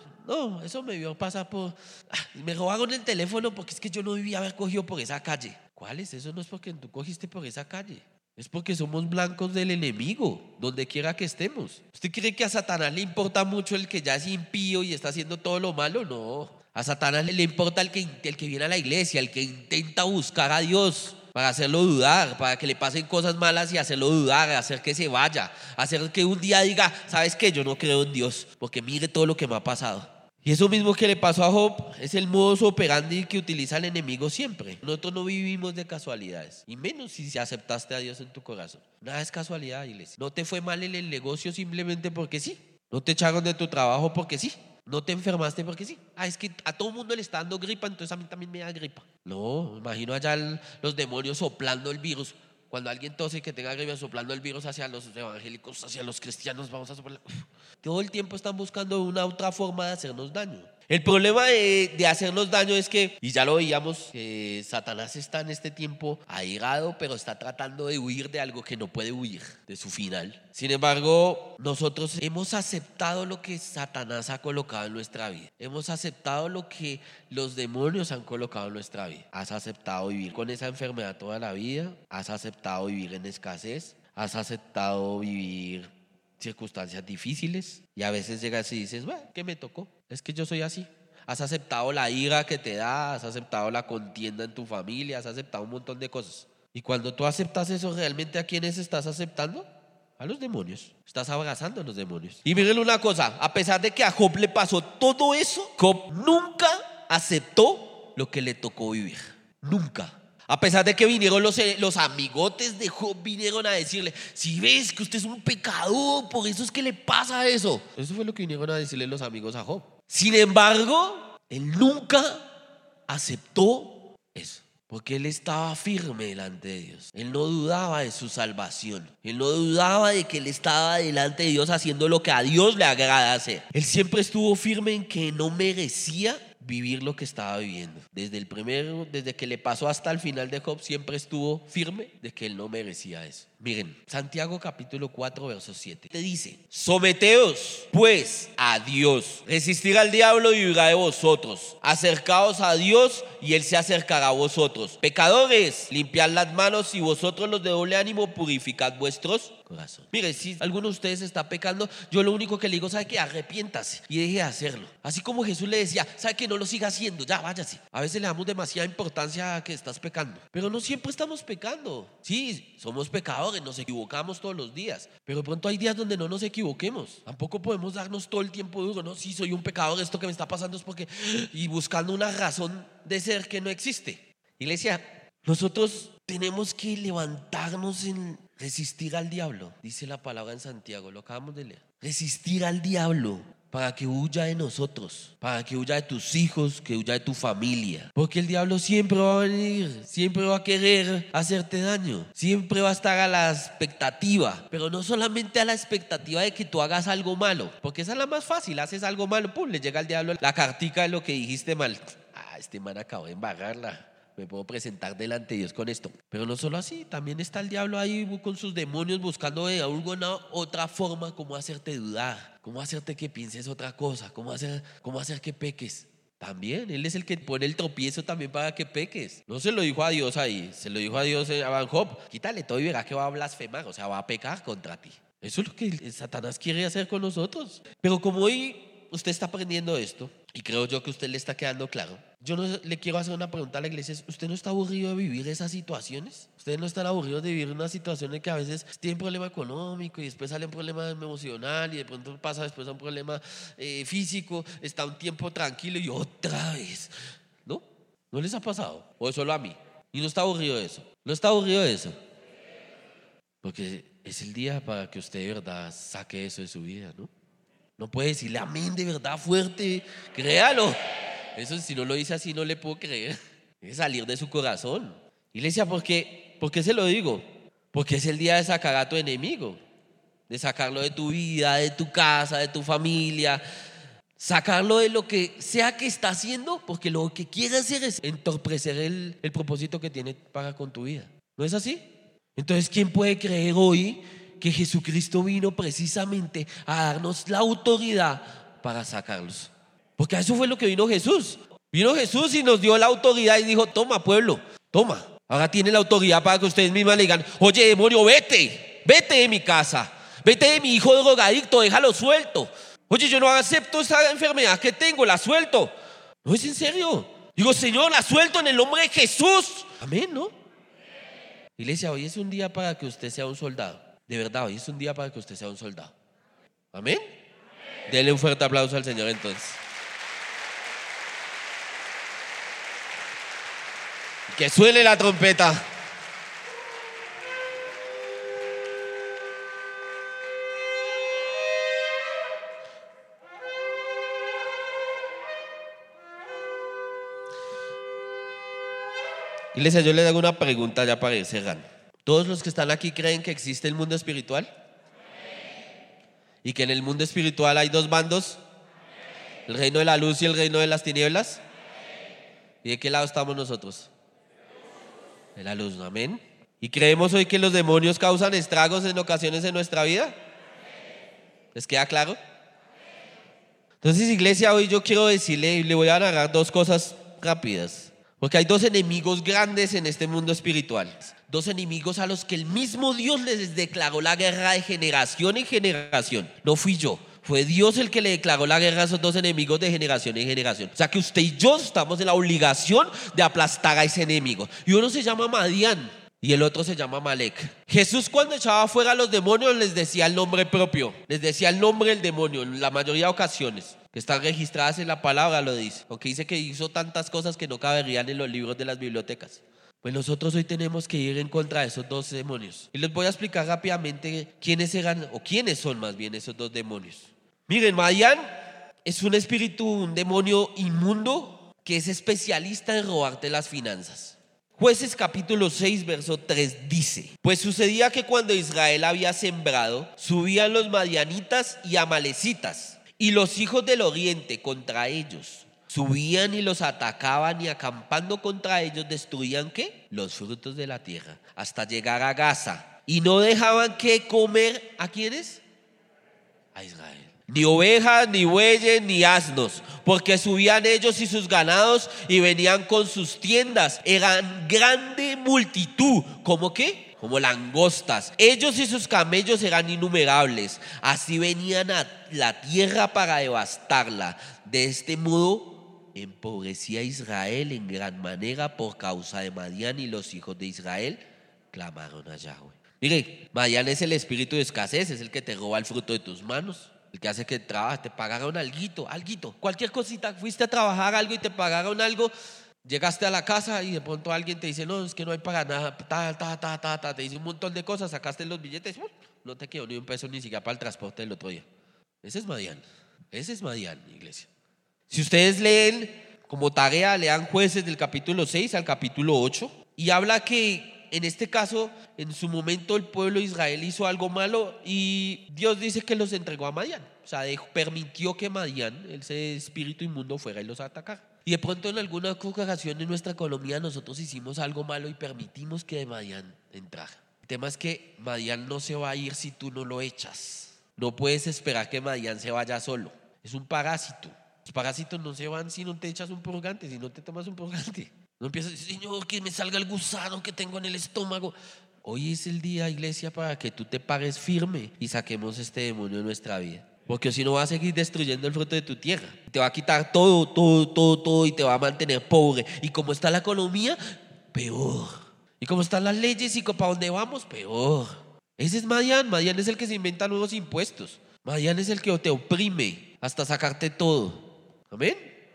S1: No, eso me vio pasar me robaron el teléfono porque es que yo no debía haber cogido por esa calle. ¿Cuál es? Eso no es porque tú cogiste por esa calle. Es porque somos blancos del enemigo, donde quiera que estemos. ¿Usted cree que a Satanás le importa mucho el que ya es impío y está haciendo todo lo malo? No. A Satanás le importa el que viene a la iglesia, el que intenta buscar a Dios para hacerlo dudar, para que le pasen cosas malas y hacerlo dudar, hacer que se vaya, hacer que un día diga, ¿sabes qué? Yo no creo en Dios, porque mire todo lo que me ha pasado. Y eso mismo que le pasó a Job es el modus operandi que utiliza el enemigo siempre. Nosotros no vivimos de casualidades, y menos si aceptaste a Dios en tu corazón. Nada es casualidad, iglesia. No te fue mal en el negocio simplemente porque sí. No te echaron de tu trabajo porque sí. No te enfermaste porque sí. Es que a todo mundo le está dando gripa, entonces a mí también me da gripa. No, imagino allá los demonios soplando el virus. Cuando alguien tose que tenga gripa, soplando el virus hacia los evangélicos, hacia los cristianos, vamos a soplar. Todo el tiempo están buscando una otra forma de hacernos daño. El problema de hacernos daño es que, y ya lo veíamos, que Satanás está en este tiempo airado, pero está tratando de huir de algo que no puede huir, de su final. Sin embargo, nosotros hemos aceptado lo que Satanás ha colocado en nuestra vida. Hemos aceptado lo que los demonios han colocado en nuestra vida. Has aceptado vivir con esa enfermedad toda la vida. Has aceptado vivir en escasez. Has aceptado vivir circunstancias difíciles, y a veces llegas y dices, bueno, ¿qué me tocó? Es que yo soy así. Has aceptado la ira que te da, has aceptado la contienda en tu familia, has aceptado un montón de cosas. Y cuando tú aceptas eso, ¿realmente a quiénes estás aceptando? A los demonios. Estás abrazando a los demonios. Y miren una cosa, a pesar de que a Job le pasó todo eso, Job nunca aceptó lo que le tocó vivir. Nunca. A pesar de que vinieron los amigotes de Job, vinieron a decirle, si ves que usted es un pecador, por eso es que le pasa eso. Eso fue lo que vinieron a decirle los amigos a Job. Sin embargo, él nunca aceptó eso, porque él estaba firme delante de Dios. Él no dudaba de su salvación. Él no dudaba de que él estaba delante de Dios haciendo lo que a Dios le agrada hacer. Él siempre estuvo firme en que no merecía vivir lo que estaba viviendo. Desde que le pasó hasta el final de Job, siempre estuvo firme de que él no merecía eso. Miren, Santiago capítulo 4, verso 7. Te dice, someteos pues a Dios, resistir al diablo y huirá de vosotros. Acercaos a Dios y él se acercará a vosotros. Pecadores, limpiad las manos, y vosotros los de doble ánimo purificad vuestros corazón. Mire, si alguno de ustedes está pecando, yo lo único que le digo, ¿sabe qué? Arrepiéntase y deje de hacerlo. Así como Jesús le decía, ¿sabe qué? No lo siga haciendo, ya váyase. A veces le damos demasiada importancia a que estás pecando, pero no siempre estamos pecando. Sí, somos pecadores, nos equivocamos todos los días, pero de pronto hay días donde no nos equivoquemos. Tampoco podemos darnos todo el tiempo duro, no, sí, soy un pecador, esto que me está pasando es porque... Y buscando una razón de ser que no existe. Iglesia, nosotros tenemos que levantarnos en resistir al diablo, dice la palabra en Santiago, lo acabamos de leer. Resistir al diablo para que huya de nosotros, para que huya de tus hijos, que huya de tu familia. Porque el diablo siempre va a venir, siempre va a querer hacerte daño, siempre va a estar a la expectativa, pero no solamente a la expectativa de que tú hagas algo malo, porque esa es la más fácil, haces algo malo, pum, le llega al diablo la cartica de lo que dijiste mal. Este man acabó de embarrarla. Me puedo presentar delante de Dios con esto. Pero no solo así, también está el diablo ahí con sus demonios buscando de alguna otra forma cómo hacerte dudar, cómo hacerte que pienses otra cosa, cómo hacer que peques. También, él es el que pone el tropiezo también para que peques. No se lo dijo a Dios ahí, se lo dijo a Dios a Job, quítale todo y verá que va a blasfemar, o sea, va a pecar contra ti. Eso es lo que Satanás quiere hacer con nosotros. Pero como hoy usted está aprendiendo esto, y creo yo que a usted le está quedando claro, yo no le quiero hacer una pregunta a la iglesia. ¿Usted no está aburrido de vivir esas situaciones? ¿Ustedes no están aburridos de vivir una situación en que a veces tiene un problema económico y después sale un problema emocional y de pronto pasa después a un problema físico, está un tiempo tranquilo y otra vez? ¿No? ¿No les ha pasado? ¿O es solo a mí? ¿Y no está aburrido de eso? ¿No está aburrido de eso? Porque es el día para que usted de verdad saque eso de su vida, ¿no? No puede decirle amén de verdad fuerte, créalo. Eso si no lo dice así no le puedo creer. Es salir de su corazón. Iglesia, ¿por qué se lo digo? Porque es el día de sacar a tu enemigo, de sacarlo de tu vida, de tu casa, de tu familia, sacarlo de lo que sea que está haciendo, porque lo que quiere hacer es entorpecer el propósito que tiene para con tu vida. ¿No es así? Entonces, ¿quién puede creer hoy que Jesucristo vino precisamente a darnos la autoridad para sacarlos? Porque a eso fue lo que vino Jesús. Vino Jesús y nos dio la autoridad y dijo, toma pueblo, toma. Ahora tiene la autoridad para que ustedes mismas le digan, oye demonio, vete de mi casa, vete de mi hijo drogadicto, déjalo suelto. Oye, yo no acepto esa enfermedad que tengo, la suelto. No, es en serio. Digo, Señor, la suelto en el nombre de Jesús. Amén, ¿no? Iglesia, hoy es un día para que usted sea un soldado. De verdad, hoy es un día para que usted sea un soldado. Amén. Denle un fuerte aplauso al Señor entonces. Que suene la trompeta. Iglesia, yo les hago una pregunta ya para ir cerrando. ¿Todos los que están aquí creen que existe el mundo espiritual? ¿Y que en el mundo espiritual hay dos bandos? ¿El reino de la luz y el reino de las tinieblas? ¿Y de qué lado estamos nosotros? De la luz, ¿no? Amén. ¿Y creemos hoy que los demonios causan estragos en ocasiones en nuestra vida? ¿Les queda claro? Entonces, iglesia, hoy yo quiero decirle y le voy a narrar dos cosas rápidas. Porque hay dos enemigos grandes en este mundo espiritual. Dos enemigos a los que el mismo Dios les declaró la guerra de generación en generación. No fui yo. Fue Dios el que le declaró la guerra a esos dos enemigos de generación en generación. O sea que usted y yo estamos en la obligación de aplastar a ese enemigo. Y uno se llama Madián y el otro se llama Malek. Jesús, cuando echaba fuera a los demonios, les decía el nombre propio. Les decía el nombre del demonio en la mayoría de ocasiones, que están registradas en la palabra, lo dice. Aunque dice que hizo tantas cosas que no caberían en los libros de las bibliotecas. Pues nosotros hoy tenemos que ir en contra de esos dos demonios. Y les voy a explicar rápidamente quiénes eran, o quiénes son más bien esos dos demonios. Miren, Madián es un espíritu, un demonio inmundo que es especialista en robarte las finanzas. Jueces capítulo 6 verso 3 dice: pues sucedía que cuando Israel había sembrado, subían los madianitas y amalecitas y los hijos del oriente contra ellos. Subían y los atacaban y acampando contra ellos destruían ¿qué? Los frutos de la tierra hasta llegar a Gaza. Y no dejaban que comer ¿a quiénes? A Israel. Ni ovejas, ni bueyes, ni asnos, porque subían ellos y sus ganados y venían con sus tiendas. Eran grande multitud. ¿Cómo qué? Como langostas. Ellos y sus camellos eran innumerables. Así venían a la tierra para devastarla. De este modo empobrecía Israel en gran manera por causa de Madián, y los hijos de Israel clamaron a Yahweh. Mire, Madián es el espíritu de escasez, es el que te roba el fruto de tus manos. El que hace que trabajes, te pagaron alguito, cualquier cosita, fuiste a trabajar algo y te pagaron algo, llegaste a la casa y de pronto alguien te dice, no, es que no hay para nada, te dice un montón de cosas, sacaste los billetes, no te quedó ni un peso ni siquiera para el transporte del otro día. Ese es Madián, iglesia. Si ustedes leen como tarea, lean Jueces del capítulo 6 al capítulo 8 y habla que en este caso, en su momento el pueblo de Israel hizo algo malo y Dios dice que los entregó a Madián. O sea, permitió que Madián, ese espíritu inmundo, fuera y los atacara. Y de pronto en alguna ocasión en nuestra economía nosotros hicimos algo malo y permitimos que Madián entrara. El tema es que Madián no se va a ir si tú no lo echas. No puedes esperar que Madián se vaya solo. Es un parásito. Los parásitos no se van si no te echas un purgante, si no te tomas un purgante. No empiezas a decir, Señor, que me salga el gusano que tengo en el estómago. Hoy es el día, iglesia, para que tú te pares firme y saquemos este demonio de nuestra vida. Porque si no va a seguir destruyendo el fruto de tu tierra. Te va a quitar todo y te va a mantener pobre. Y como está la economía, peor. Y como están las leyes y para dónde vamos, peor. Ese es Madián. Madián es el que se inventa nuevos impuestos. Madián es el que te oprime hasta sacarte todo. Amén.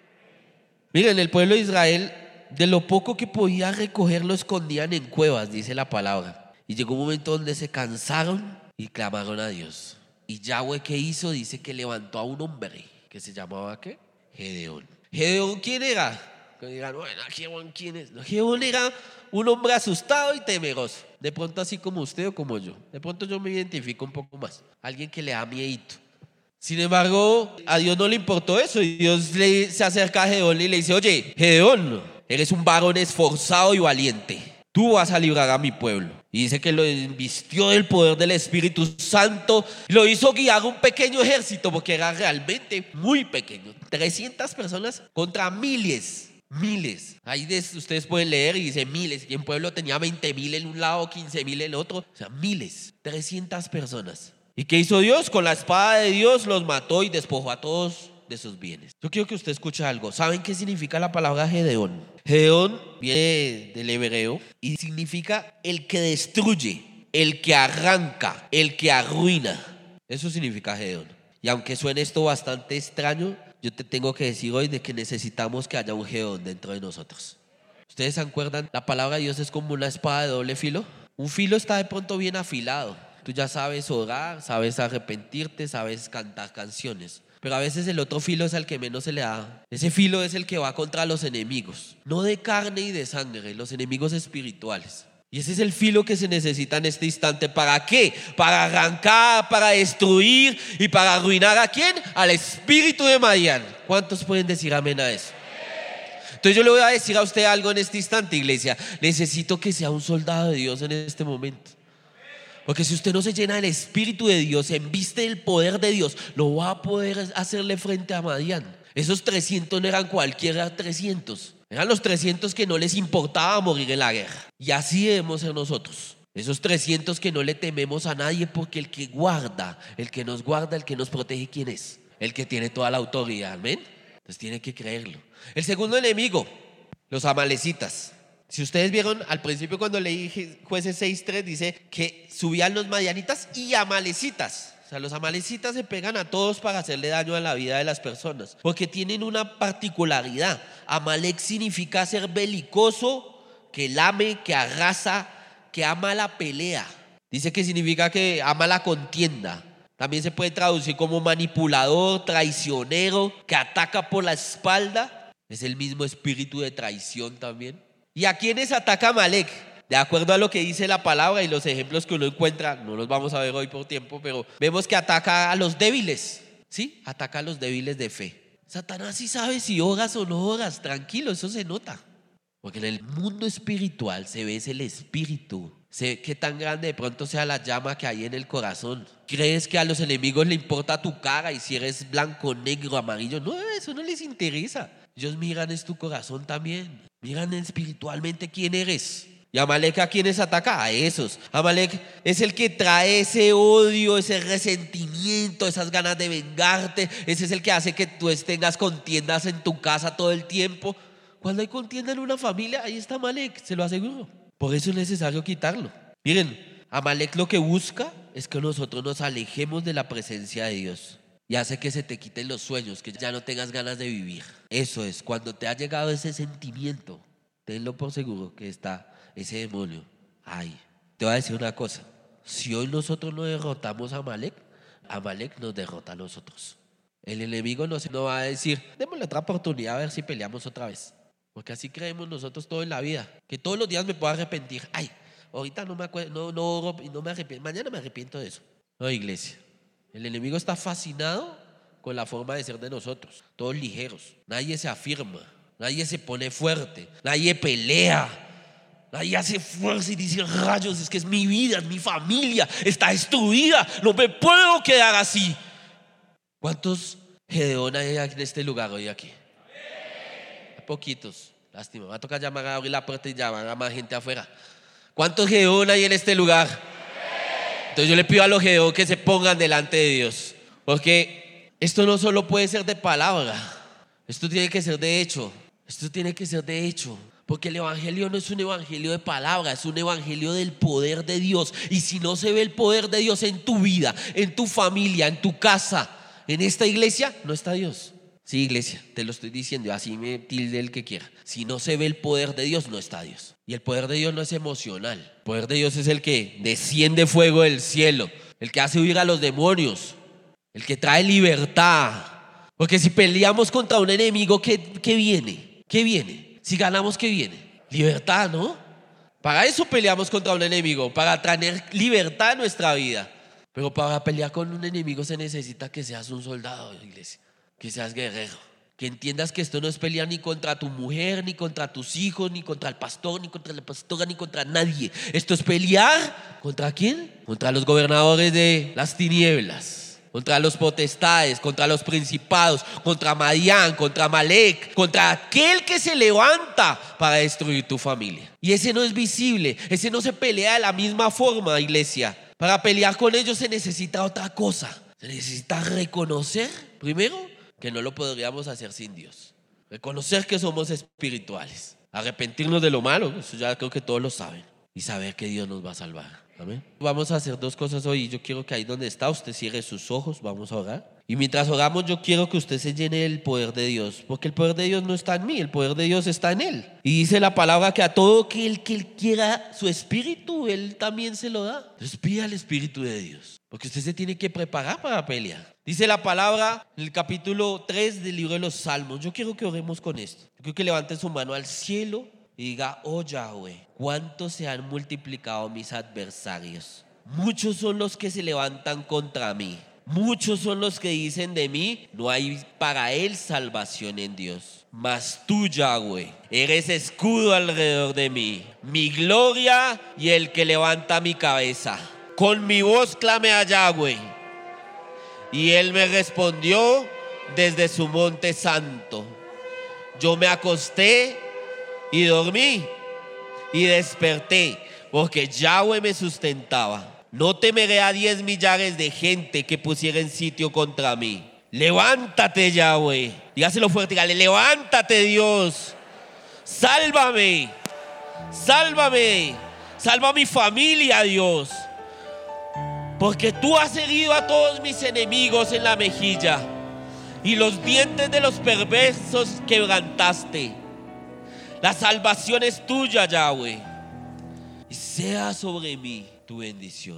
S1: Miren, el pueblo de Israel, de lo poco que podía recoger, lo escondían en cuevas, dice la palabra. Y llegó un momento donde se cansaron y clamaron a Dios. Y Yahweh, ¿qué hizo? Dice que levantó a un hombre que se llamaba ¿qué? Gedeón. ¿Gedeón quién era? Que digan, bueno, Gedeón ¿quién es? No, Gedeón era un hombre asustado y temeroso. De pronto así como usted o como yo. De pronto yo me identifico un poco más. Alguien que le da miedito. Sin embargo, a Dios no le importó eso. Y Dios se acerca a Gedeón y le dice, oye, Gedeón, eres un varón esforzado y valiente. Tú vas a librar a mi pueblo. Y dice que lo vistió del poder del Espíritu Santo. Lo hizo guiar un pequeño ejército porque era realmente muy pequeño. 300 personas contra miles. Ahí ustedes pueden leer y dice miles. Y en pueblo tenía 20,000 en un lado, 15,000 en el otro. O sea, miles. 300 personas. ¿Y qué hizo Dios? Con la espada de Dios los mató y despojó a todos de sus bienes. Yo quiero que usted escuche algo. ¿Saben qué significa la palabra Gedeón? Gedeón viene del hebreo y significa el que destruye, el que arranca, el que arruina. Eso significa Gedeón. Y aunque suene esto bastante extraño, yo te tengo que decir hoy de que necesitamos que haya un Gedeón dentro de nosotros. ¿Ustedes se acuerdan? La palabra de Dios es como una espada de doble filo. Un filo está de pronto bien afilado. Tú ya sabes orar, sabes arrepentirte, sabes cantar canciones. pero a veces el otro filo es al que menos se le da. Ese filo es el que va contra los enemigos, no de carne y de sangre, los enemigos espirituales. Y ese es el filo que se necesita en este instante. ¿Para qué? Para arrancar, para destruir y para arruinar ¿a quién? Al espíritu de Madián. ¿Cuántos pueden decir amén a eso? Entonces yo le voy a decir a usted algo en este instante, iglesia. Necesito que sea un soldado de Dios en este momento. Porque si usted no se llena del Espíritu de Dios, se embiste del poder de Dios, no va a poder hacerle frente a Madián. Esos 300 no eran cualquiera 300. Eran los 300 que no les importaba morir en la guerra. Y así debemos ser nosotros. Esos 300 que no le tememos a nadie, porque el que guarda, el que nos guarda, el que nos protege, ¿quién es? El que tiene toda la autoridad, amén. Entonces tiene que creerlo. El segundo enemigo, los amalecitas. Si ustedes vieron al principio cuando leí Jueces 6:3, dice que subían los madianitas y amalecitas. O sea, los amalecitas se pegan a todos para hacerle daño a la vida de las personas, porque tienen una particularidad. Amalec significa ser belicoso, que lame, que arrasa, que ama la pelea. Dice que significa que ama la contienda. También se puede traducir como manipulador, traicionero, que ataca por la espalda. Es el mismo espíritu de traición también. ¿Y a quiénes ataca Amalec? De acuerdo a lo que dice la palabra y los ejemplos que uno encuentra, no los vamos a ver hoy por tiempo, pero vemos que ataca a los débiles, ¿sí? Ataca a los débiles de fe. Satanás sí sabe si oras o no oras, tranquilo, eso se nota. Porque en el mundo espiritual se ve el espíritu. Sé qué tan grande de pronto sea la llama que hay en el corazón. ¿Crees que a los enemigos le importa tu cara y si eres blanco, negro, amarillo? No, eso no les interesa. Ellos miran es tu corazón también. Miran espiritualmente quién eres. ¿Y Amalec a quiénes ataca? A esos. Amalec es el que trae ese odio, ese resentimiento, esas ganas de vengarte. Ese es el que hace que tú tengas contiendas en tu casa todo el tiempo. Cuando hay contienda en una familia, ahí está Amalec, se lo aseguro. Por eso es necesario quitarlo. Miren, Amalec lo que busca es que nosotros nos alejemos de la presencia de Dios. Y hace que se te quiten los sueños, que ya no tengas ganas de vivir. Eso es, cuando te ha llegado ese sentimiento, tenlo por seguro que está ese demonio. Ay, te voy a decir una cosa. Si hoy nosotros no derrotamos a Amalec, Amalec nos derrota a nosotros. El enemigo no va a decir, démosle otra oportunidad a ver si peleamos otra vez. Porque así creemos nosotros todo en la vida. Que todos los días me puedo arrepentir. Ay, ahorita no me acuerdo, no me arrepiento. Mañana me arrepiento de eso. No, iglesia. El enemigo está fascinado con la forma de ser de nosotros. Todos ligeros. Nadie se afirma. Nadie se pone fuerte. Nadie pelea. Nadie hace fuerza y dice, rayos, es que es mi vida, es mi familia. Está destruida. No me puedo quedar así. ¿Cuántos Gedeón hay en este lugar hoy aquí? Hay poquitos. Lástima. Va a tocar llamar a abrir la puerta y llamar a más gente afuera. ¿Cuántos Gedeón hay en este lugar? Entonces yo le pido a los Gedeón que se pongan delante de Dios. Porque esto no solo puede ser de palabra. Esto tiene que ser de hecho. Esto tiene que ser de hecho. Porque el evangelio no es un evangelio de palabra, es un evangelio del poder de Dios. Y si no se ve el poder de Dios en tu vida, en tu familia, en tu casa, en esta iglesia, no está Dios. Sí, iglesia, te lo estoy diciendo, así me tilde el que quiera. Si no se ve el poder de Dios, no está Dios. Y el poder de Dios no es emocional. El poder de Dios es el que desciende fuego del cielo, el que hace huir a los demonios, el que trae libertad. Porque si peleamos contra un enemigo, ¿qué viene? ¿Qué viene? Si ganamos, ¿qué viene? Libertad, ¿no? Para eso peleamos contra un enemigo, para traer libertad a nuestra vida. Pero para pelear con un enemigo se necesita que seas un soldado, iglesia. Que seas guerrero, que entiendas que esto no es pelear ni contra tu mujer, ni contra tus hijos, ni contra el pastor, ni contra la pastora, ni contra nadie. Esto es pelear ¿contra quién? Contra los gobernadores de las tinieblas, contra los potestades, contra los principados, contra Madián, contra Amalec, contra aquel que se levanta para destruir tu familia. Y ese no es visible, ese no se pelea de la misma forma, iglesia. Para pelear con ellos se necesita otra cosa. Se necesita reconocer, primero, que no lo podríamos hacer sin Dios. Reconocer que somos espirituales. Arrepentirnos de lo malo, eso ya creo que todos lo saben. Y saber que Dios nos va a salvar. Amén. Vamos a hacer dos cosas hoy. Yo quiero que ahí donde está usted cierre sus ojos. Vamos a orar. Y mientras oramos, yo quiero que usted se llene del poder de Dios. Porque el poder de Dios no está en mí, el poder de Dios está en Él. Y dice la palabra que a todo que Él quiera su espíritu, Él también se lo da. Entonces pida el espíritu de Dios. Porque usted se tiene que preparar para pelear. Dice la palabra en el capítulo 3 del libro de los Salmos. Yo quiero que oremos con esto. Yo quiero que levanten su mano al cielo y diga: oh Yahweh, ¿cuánto se han multiplicado mis adversarios? Muchos son los que se levantan contra mí. Muchos son los que dicen de mí: no hay para él salvación en Dios. Mas tú, Yahweh, eres escudo alrededor de mí, mi gloria y el que levanta mi cabeza. Con mi voz clamé a Yahweh, y él me respondió desde su monte santo. Yo me acosté y dormí y desperté, porque Yahweh me sustentaba. No temeré a 10 millares de gente que pusiera en sitio contra mí. Levántate, Yahweh. Dígaselo fuerte, dígale: levántate, Dios. Sálvame. Sálvame. Salva a mi familia, Dios. Porque tú has herido a todos mis enemigos en la mejilla, y los dientes de los perversos quebrantaste. La salvación es tuya, Yahweh, y sea sobre mí tu bendición.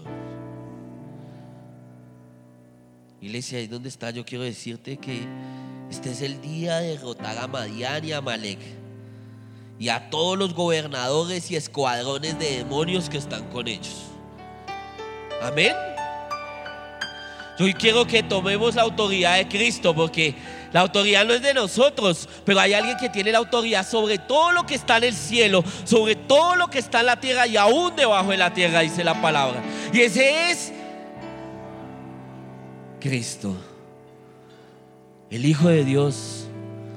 S1: Iglesia, ahí donde está, yo quiero decirte que este es el día de derrotar a Madián y a Amalek y a todos los gobernadores y escuadrones de demonios que están con ellos. Amén. Yo quiero que tomemos la autoridad de Cristo, porque la autoridad no es de nosotros, pero hay alguien que tiene la autoridad sobre todo lo que está en el cielo, sobre todo lo que está en la tierra y aún debajo de la tierra, dice la palabra. Y ese es Cristo, el Hijo de Dios.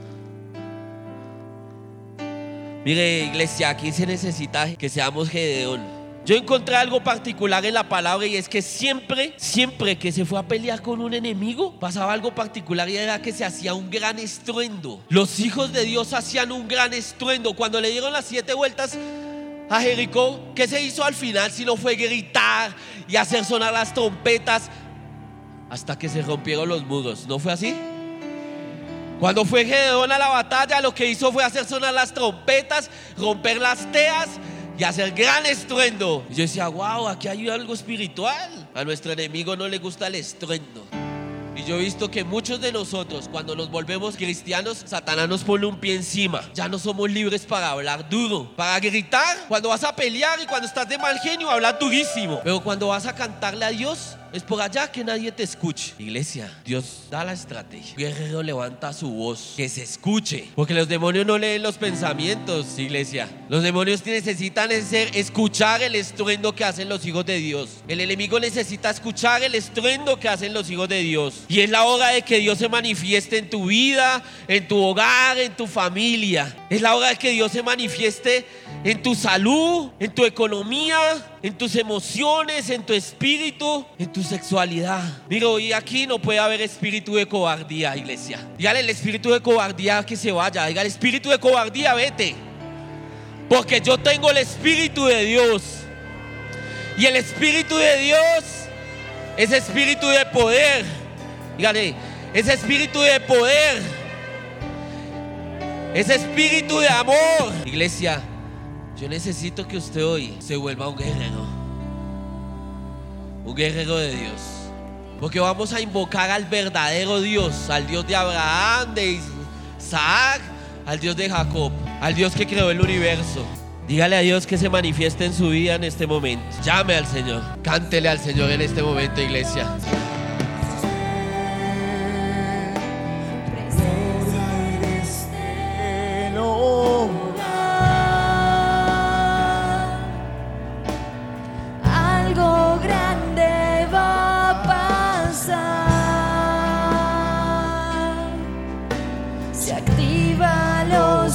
S1: Mire, iglesia, aquí se necesita que seamos Gedeón. Yo encontré algo particular en la palabra, y es que siempre que se fue a pelear con un enemigo, pasaba algo particular, y era que se hacía un gran estruendo. Los hijos de Dios hacían un gran estruendo. Cuando le dieron las 7 vueltas a Jericó, ¿qué se hizo al final? Si no fue gritar y hacer sonar las trompetas hasta que se rompieron los muros. ¿No fue así? Cuando fue Gedeón a la batalla, lo que hizo fue hacer sonar las trompetas, romper las teas y hacer gran estruendo. Y yo decía: wow, aquí hay algo espiritual. A nuestro enemigo no le gusta el estruendo. Y yo he visto que muchos de nosotros, cuando nos volvemos cristianos, Satanás nos pone un pie encima. Ya no somos libres para hablar duro, para gritar. Cuando vas a pelear y cuando estás de mal genio, hablas durísimo. Pero cuando vas a cantarle a Dios, es por allá que nadie te escuche. Iglesia, Dios da la estrategia. Guerrero levanta su voz, que se escuche. Porque los demonios no leen los pensamientos, iglesia. Los demonios necesitan escuchar el estruendo que hacen los hijos de Dios. El enemigo necesita escuchar el estruendo que hacen los hijos de Dios. Y es la hora de que Dios se manifieste en tu vida, en tu hogar, en tu familia. Es la hora de que Dios se manifieste en tu salud, en tu economía, en tus emociones, en tu espíritu, en tu sexualidad. Mira, hoy aquí no puede haber espíritu de cobardía, iglesia. Dígale el espíritu de cobardía que se vaya. Dígale: espíritu de cobardía, vete. Porque yo tengo el espíritu de Dios. Y el espíritu de Dios es espíritu de poder. Dígale: ese espíritu de poder, ese espíritu de amor. Iglesia, yo necesito que usted hoy se vuelva un guerrero de Dios. Porque vamos a invocar al verdadero Dios, al Dios de Abraham, de Isaac, al Dios de Jacob, al Dios que creó el universo. Dígale a Dios que se manifieste en su vida en este momento. Llame al Señor, cántele al Señor en este momento, iglesia.
S2: Algo grande va a pasar. Se activa lo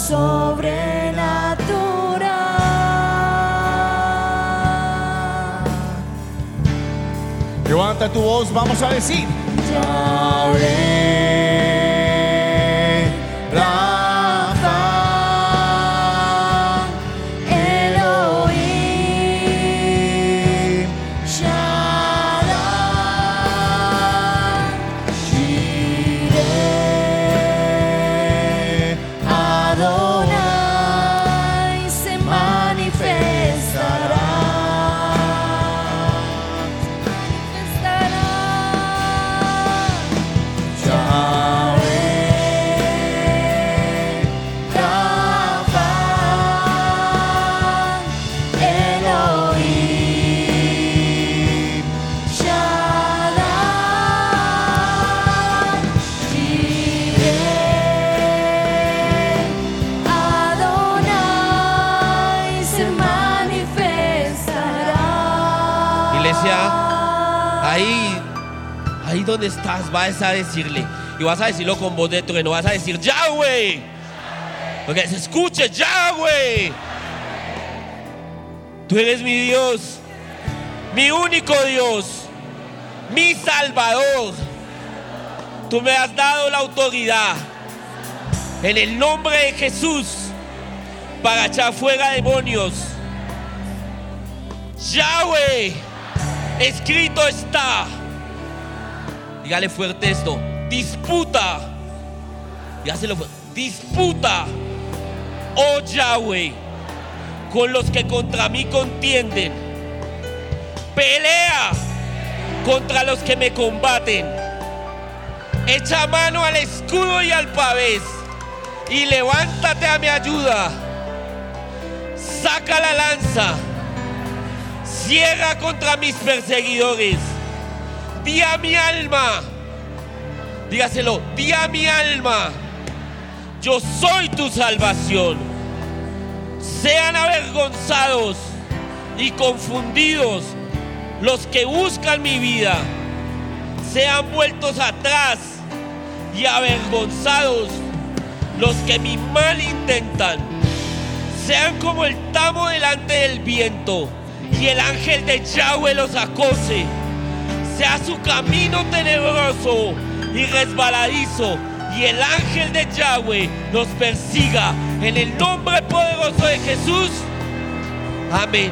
S2: sobrenatural.
S3: Levanta tu voz, vamos a decir: Yahweh, Rafa, Elohim, Shaddai, Jireh, Adonai, se manifestará.
S1: donde estás vas a decirle, y vas a decirlo con voz de trueno, vas a decir Yahweh, porque se escuche Yahweh. Tú eres mi Dios, mi único Dios, mi Salvador. Tú me has dado la autoridad en el nombre de Jesús para echar fuera demonios. Yahweh, escrito está. Dígale fuerte esto. Disputa. Dígaselo fuerte. Disputa, oh Yahweh, con los que contra mí contienden. Pelea contra los que me combaten. Echa mano al escudo y al pavés y levántate a mi ayuda. Saca la lanza. Ciega contra mis perseguidores. Di a mi alma, dígaselo, di a mi alma, yo soy tu salvación. Sean avergonzados y confundidos los que buscan mi vida. Sean vueltos atrás y avergonzados los que mi mal intentan. Sean como el tamo delante del viento y el ángel de Yahweh los acose. Sea su camino tenebroso y resbaladizo y el ángel de Yahweh los persiga en el nombre poderoso de Jesús. Amén.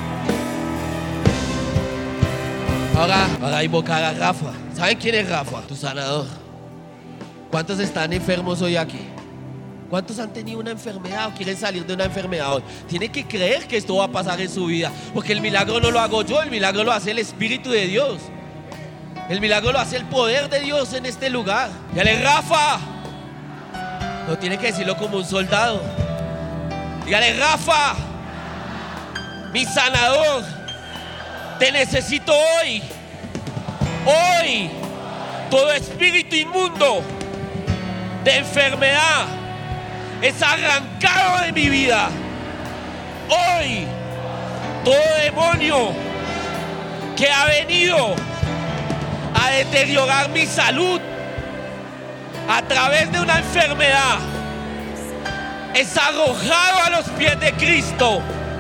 S1: Ahora invocar a Rafa. ¿Saben quién es Rafa? Tu sanador. ¿Cuántos están enfermos hoy aquí? ¿Cuántos han tenido una enfermedad o quieren salir de una enfermedad hoy? Tienen que creer que esto va a pasar en su vida, porque el milagro no lo hago yo, el milagro lo hace el Espíritu de Dios. El milagro lo hace el poder de Dios en este lugar. Dígale, Rafa. No tiene que decirlo como un soldado. Dígale, Rafa, mi sanador, te necesito hoy. Hoy, todo espíritu inmundo de enfermedad es arrancado de mi vida. Hoy, todo demonio que ha venido a deteriorar mi salud a través de una enfermedad es arrojado a los pies de Cristo.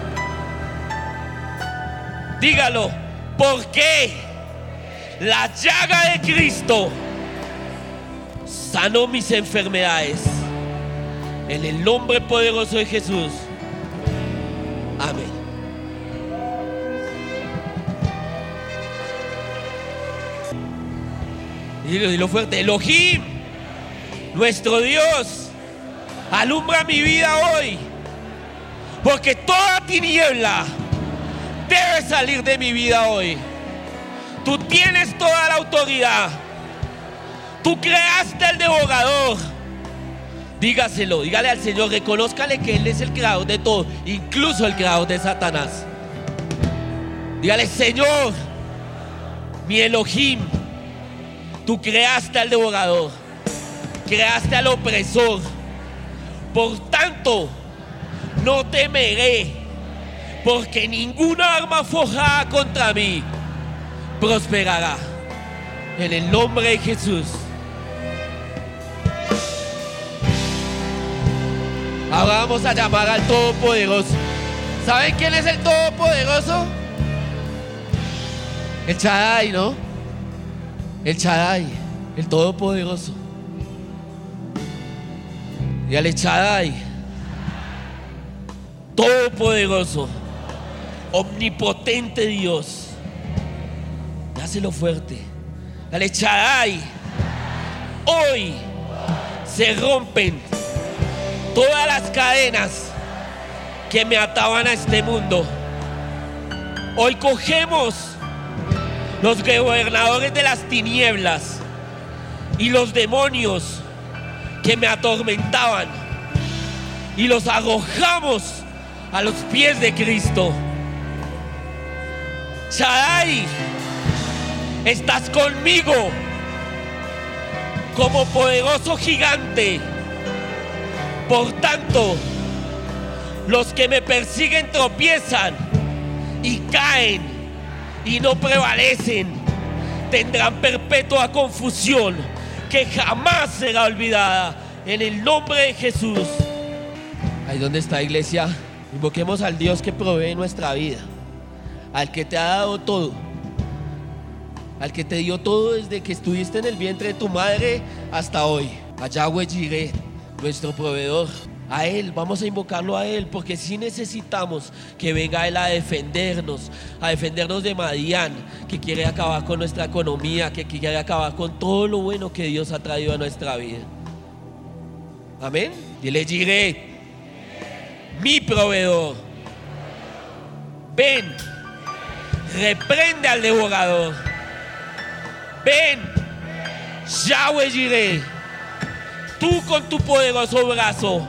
S1: Dígalo, porque la llaga de Cristo sanó mis enfermedades. En el nombre poderoso de Jesús. Amén. Dilo fuerte. Elohim, nuestro Dios, alumbra mi vida hoy, porque toda tiniebla debe salir de mi vida hoy. Tú tienes toda la autoridad. Tú creaste el devorador. Dígaselo, dígale al Señor, reconózcale que Él es el creador de todo, incluso el creador de Satanás. Dígale, Señor, mi Elohim, tú creaste al devorador, creaste al opresor. Por tanto, no temeré, porque ninguna arma forjada contra mí prosperará. En el nombre de Jesús. Ahora vamos a llamar al Todopoderoso. ¿Saben quién es el Todopoderoso? El Shaddai, ¿no? El Shaddai, el Todopoderoso. Dígale, Shaddai, Todopoderoso, omnipotente Dios. Dáselo fuerte. Dale, Shaddai, hoy se rompen todas las cadenas que me ataban a este mundo. Hoy cogemos los gobernadores de las tinieblas y los demonios que me atormentaban y los arrojamos a los pies de Cristo. Shaddai, estás conmigo como poderoso gigante. Por tanto, los que me persiguen tropiezan y caen y no prevalecen. tendrán perpetua confusión que jamás será olvidada. En el nombre de Jesús. Ahí donde está, iglesia, invoquemos al Dios que provee nuestra vida, al que te ha dado todo, al que te dio todo desde que estuviste en el vientre de tu madre hasta hoy. A Yahweh Jireh, nuestro proveedor. A Él, vamos a invocarlo a Él, porque sí necesitamos que venga Él a defendernos de Madián, que quiere acabar con nuestra economía, que quiere acabar con todo lo bueno que Dios ha traído a nuestra vida. Amén. Dile: Jireh, mi proveedor, ven, reprende al devorador. Ven, Yahweh Jireh, tú con tu poderoso brazo.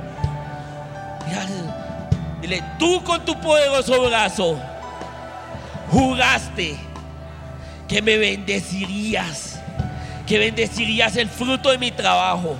S1: Dile: tú con tu poderoso brazo juraste que me bendecirías, que bendecirías el fruto de mi trabajo.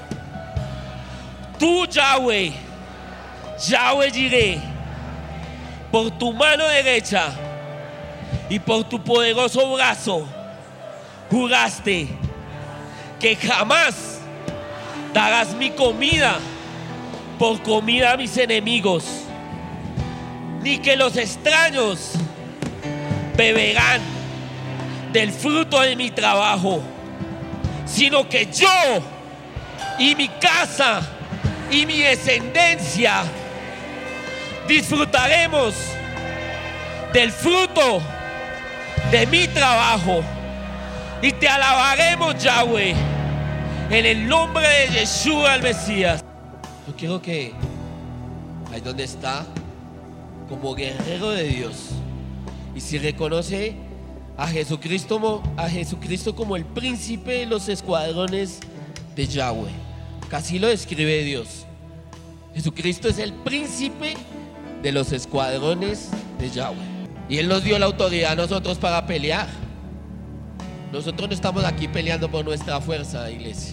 S1: Tú, Yahweh Jireh, por tu mano derecha y por tu poderoso brazo, juraste que jamás darás mi comida por comida a mis enemigos, ni que los extraños beberán del fruto de mi trabajo, sino que yo y mi casa y mi descendencia disfrutaremos del fruto de mi trabajo y te alabaremos, Yahweh, en el nombre de Yeshua el Mesías. Yo quiero que ahí donde está, como guerrero de Dios, y si reconoce a Jesucristo como el príncipe de los escuadrones de Yahweh, casi lo describe Dios. Jesucristo es el príncipe de los escuadrones de Yahweh, y Él nos dio la autoridad a nosotros para pelear. Nosotros no estamos aquí peleando por nuestra fuerza, iglesia.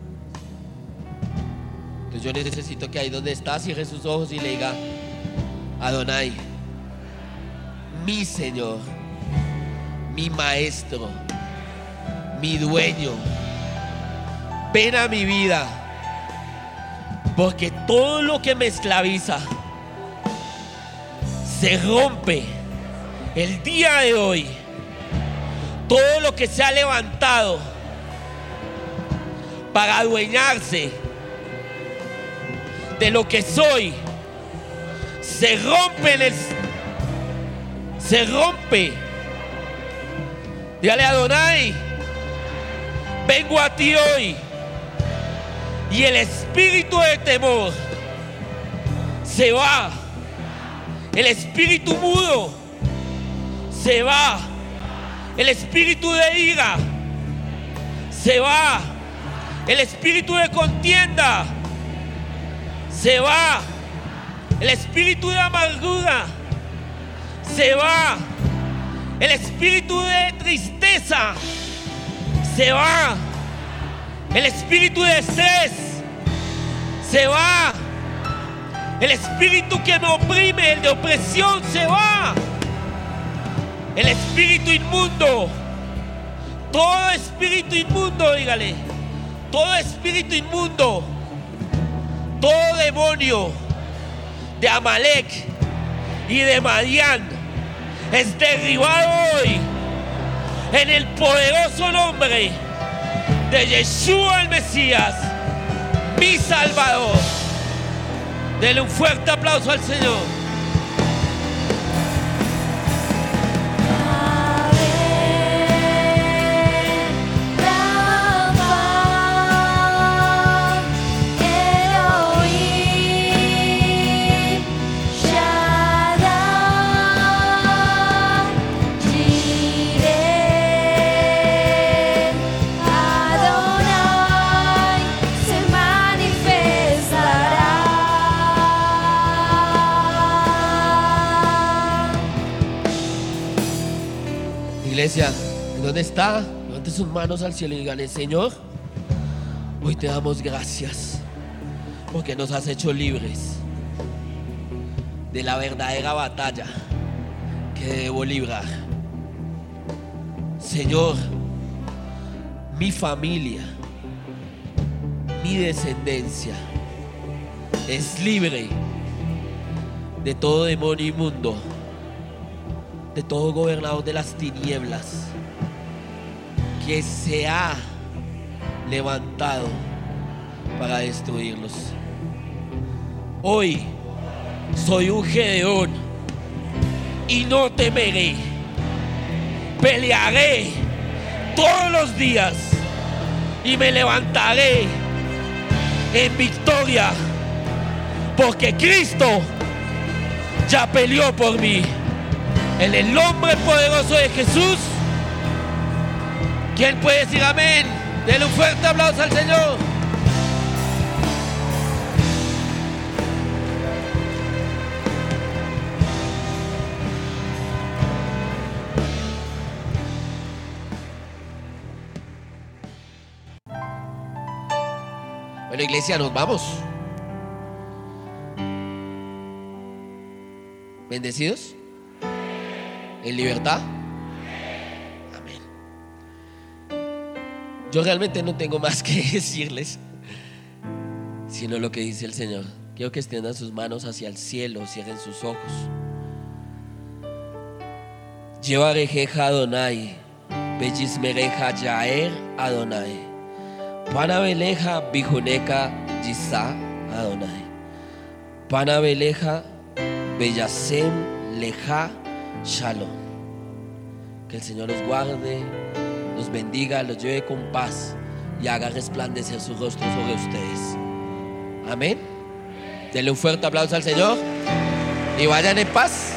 S1: Entonces yo necesito que ahí donde está cierre sus ojos y le diga: Adonai, mi Señor, mi Maestro, mi Dueño, ven a mi vida, porque todo lo que me esclaviza se rompe el día de hoy. Todo lo que se ha levantado para adueñarse de lo que soy, se rompe. Dígale: Adonai, vengo a ti hoy, y el espíritu de temor se va, el espíritu mudo se va, el espíritu de ira se va, el espíritu de contienda se va, el espíritu de amargura se va, el espíritu de tristeza se va, el espíritu de estrés se va, el espíritu que me oprime, el de opresión, se va, el espíritu inmundo, todo espíritu inmundo, dígale, todo espíritu inmundo, todo demonio de Amalek y de Madián es derribado hoy en el poderoso nombre de Yeshua el Mesías, mi Salvador. Dele un fuerte aplauso al Señor. Iglesia, ¿dónde está? Levante sus manos al cielo y díganle: Señor, hoy te damos gracias porque nos has hecho libres de la verdadera batalla que debo librar. Señor, mi familia, mi descendencia es libre de todo demonio inmundo, de todo gobernador de las tinieblas que se ha levantado para destruirlos. Hoy soy un Gedeón y no temeré. Pelearé todos los días y me levantaré en victoria, porque Cristo ya peleó por mí. En el nombre poderoso de Jesús. ¿Quién puede decir amén? Denle un fuerte aplauso al Señor. Bueno, iglesia, nos vamos. ¿Bendecidos? ¿En libertad? Amén. Yo realmente no tengo más que decirles, sino lo que dice el Señor. Quiero que extiendan sus manos hacia el cielo, cierren sus ojos. Llevarejeja Adonai, bellismereja Yaer Adonai, panabeleja bijuneca Yisa Adonai, panabeleja beyasem leja Shalom. Que el Señor los guarde, los bendiga, los lleve con paz y haga resplandecer su rostro sobre ustedes. Amén. Denle un fuerte aplauso al Señor y vayan en paz.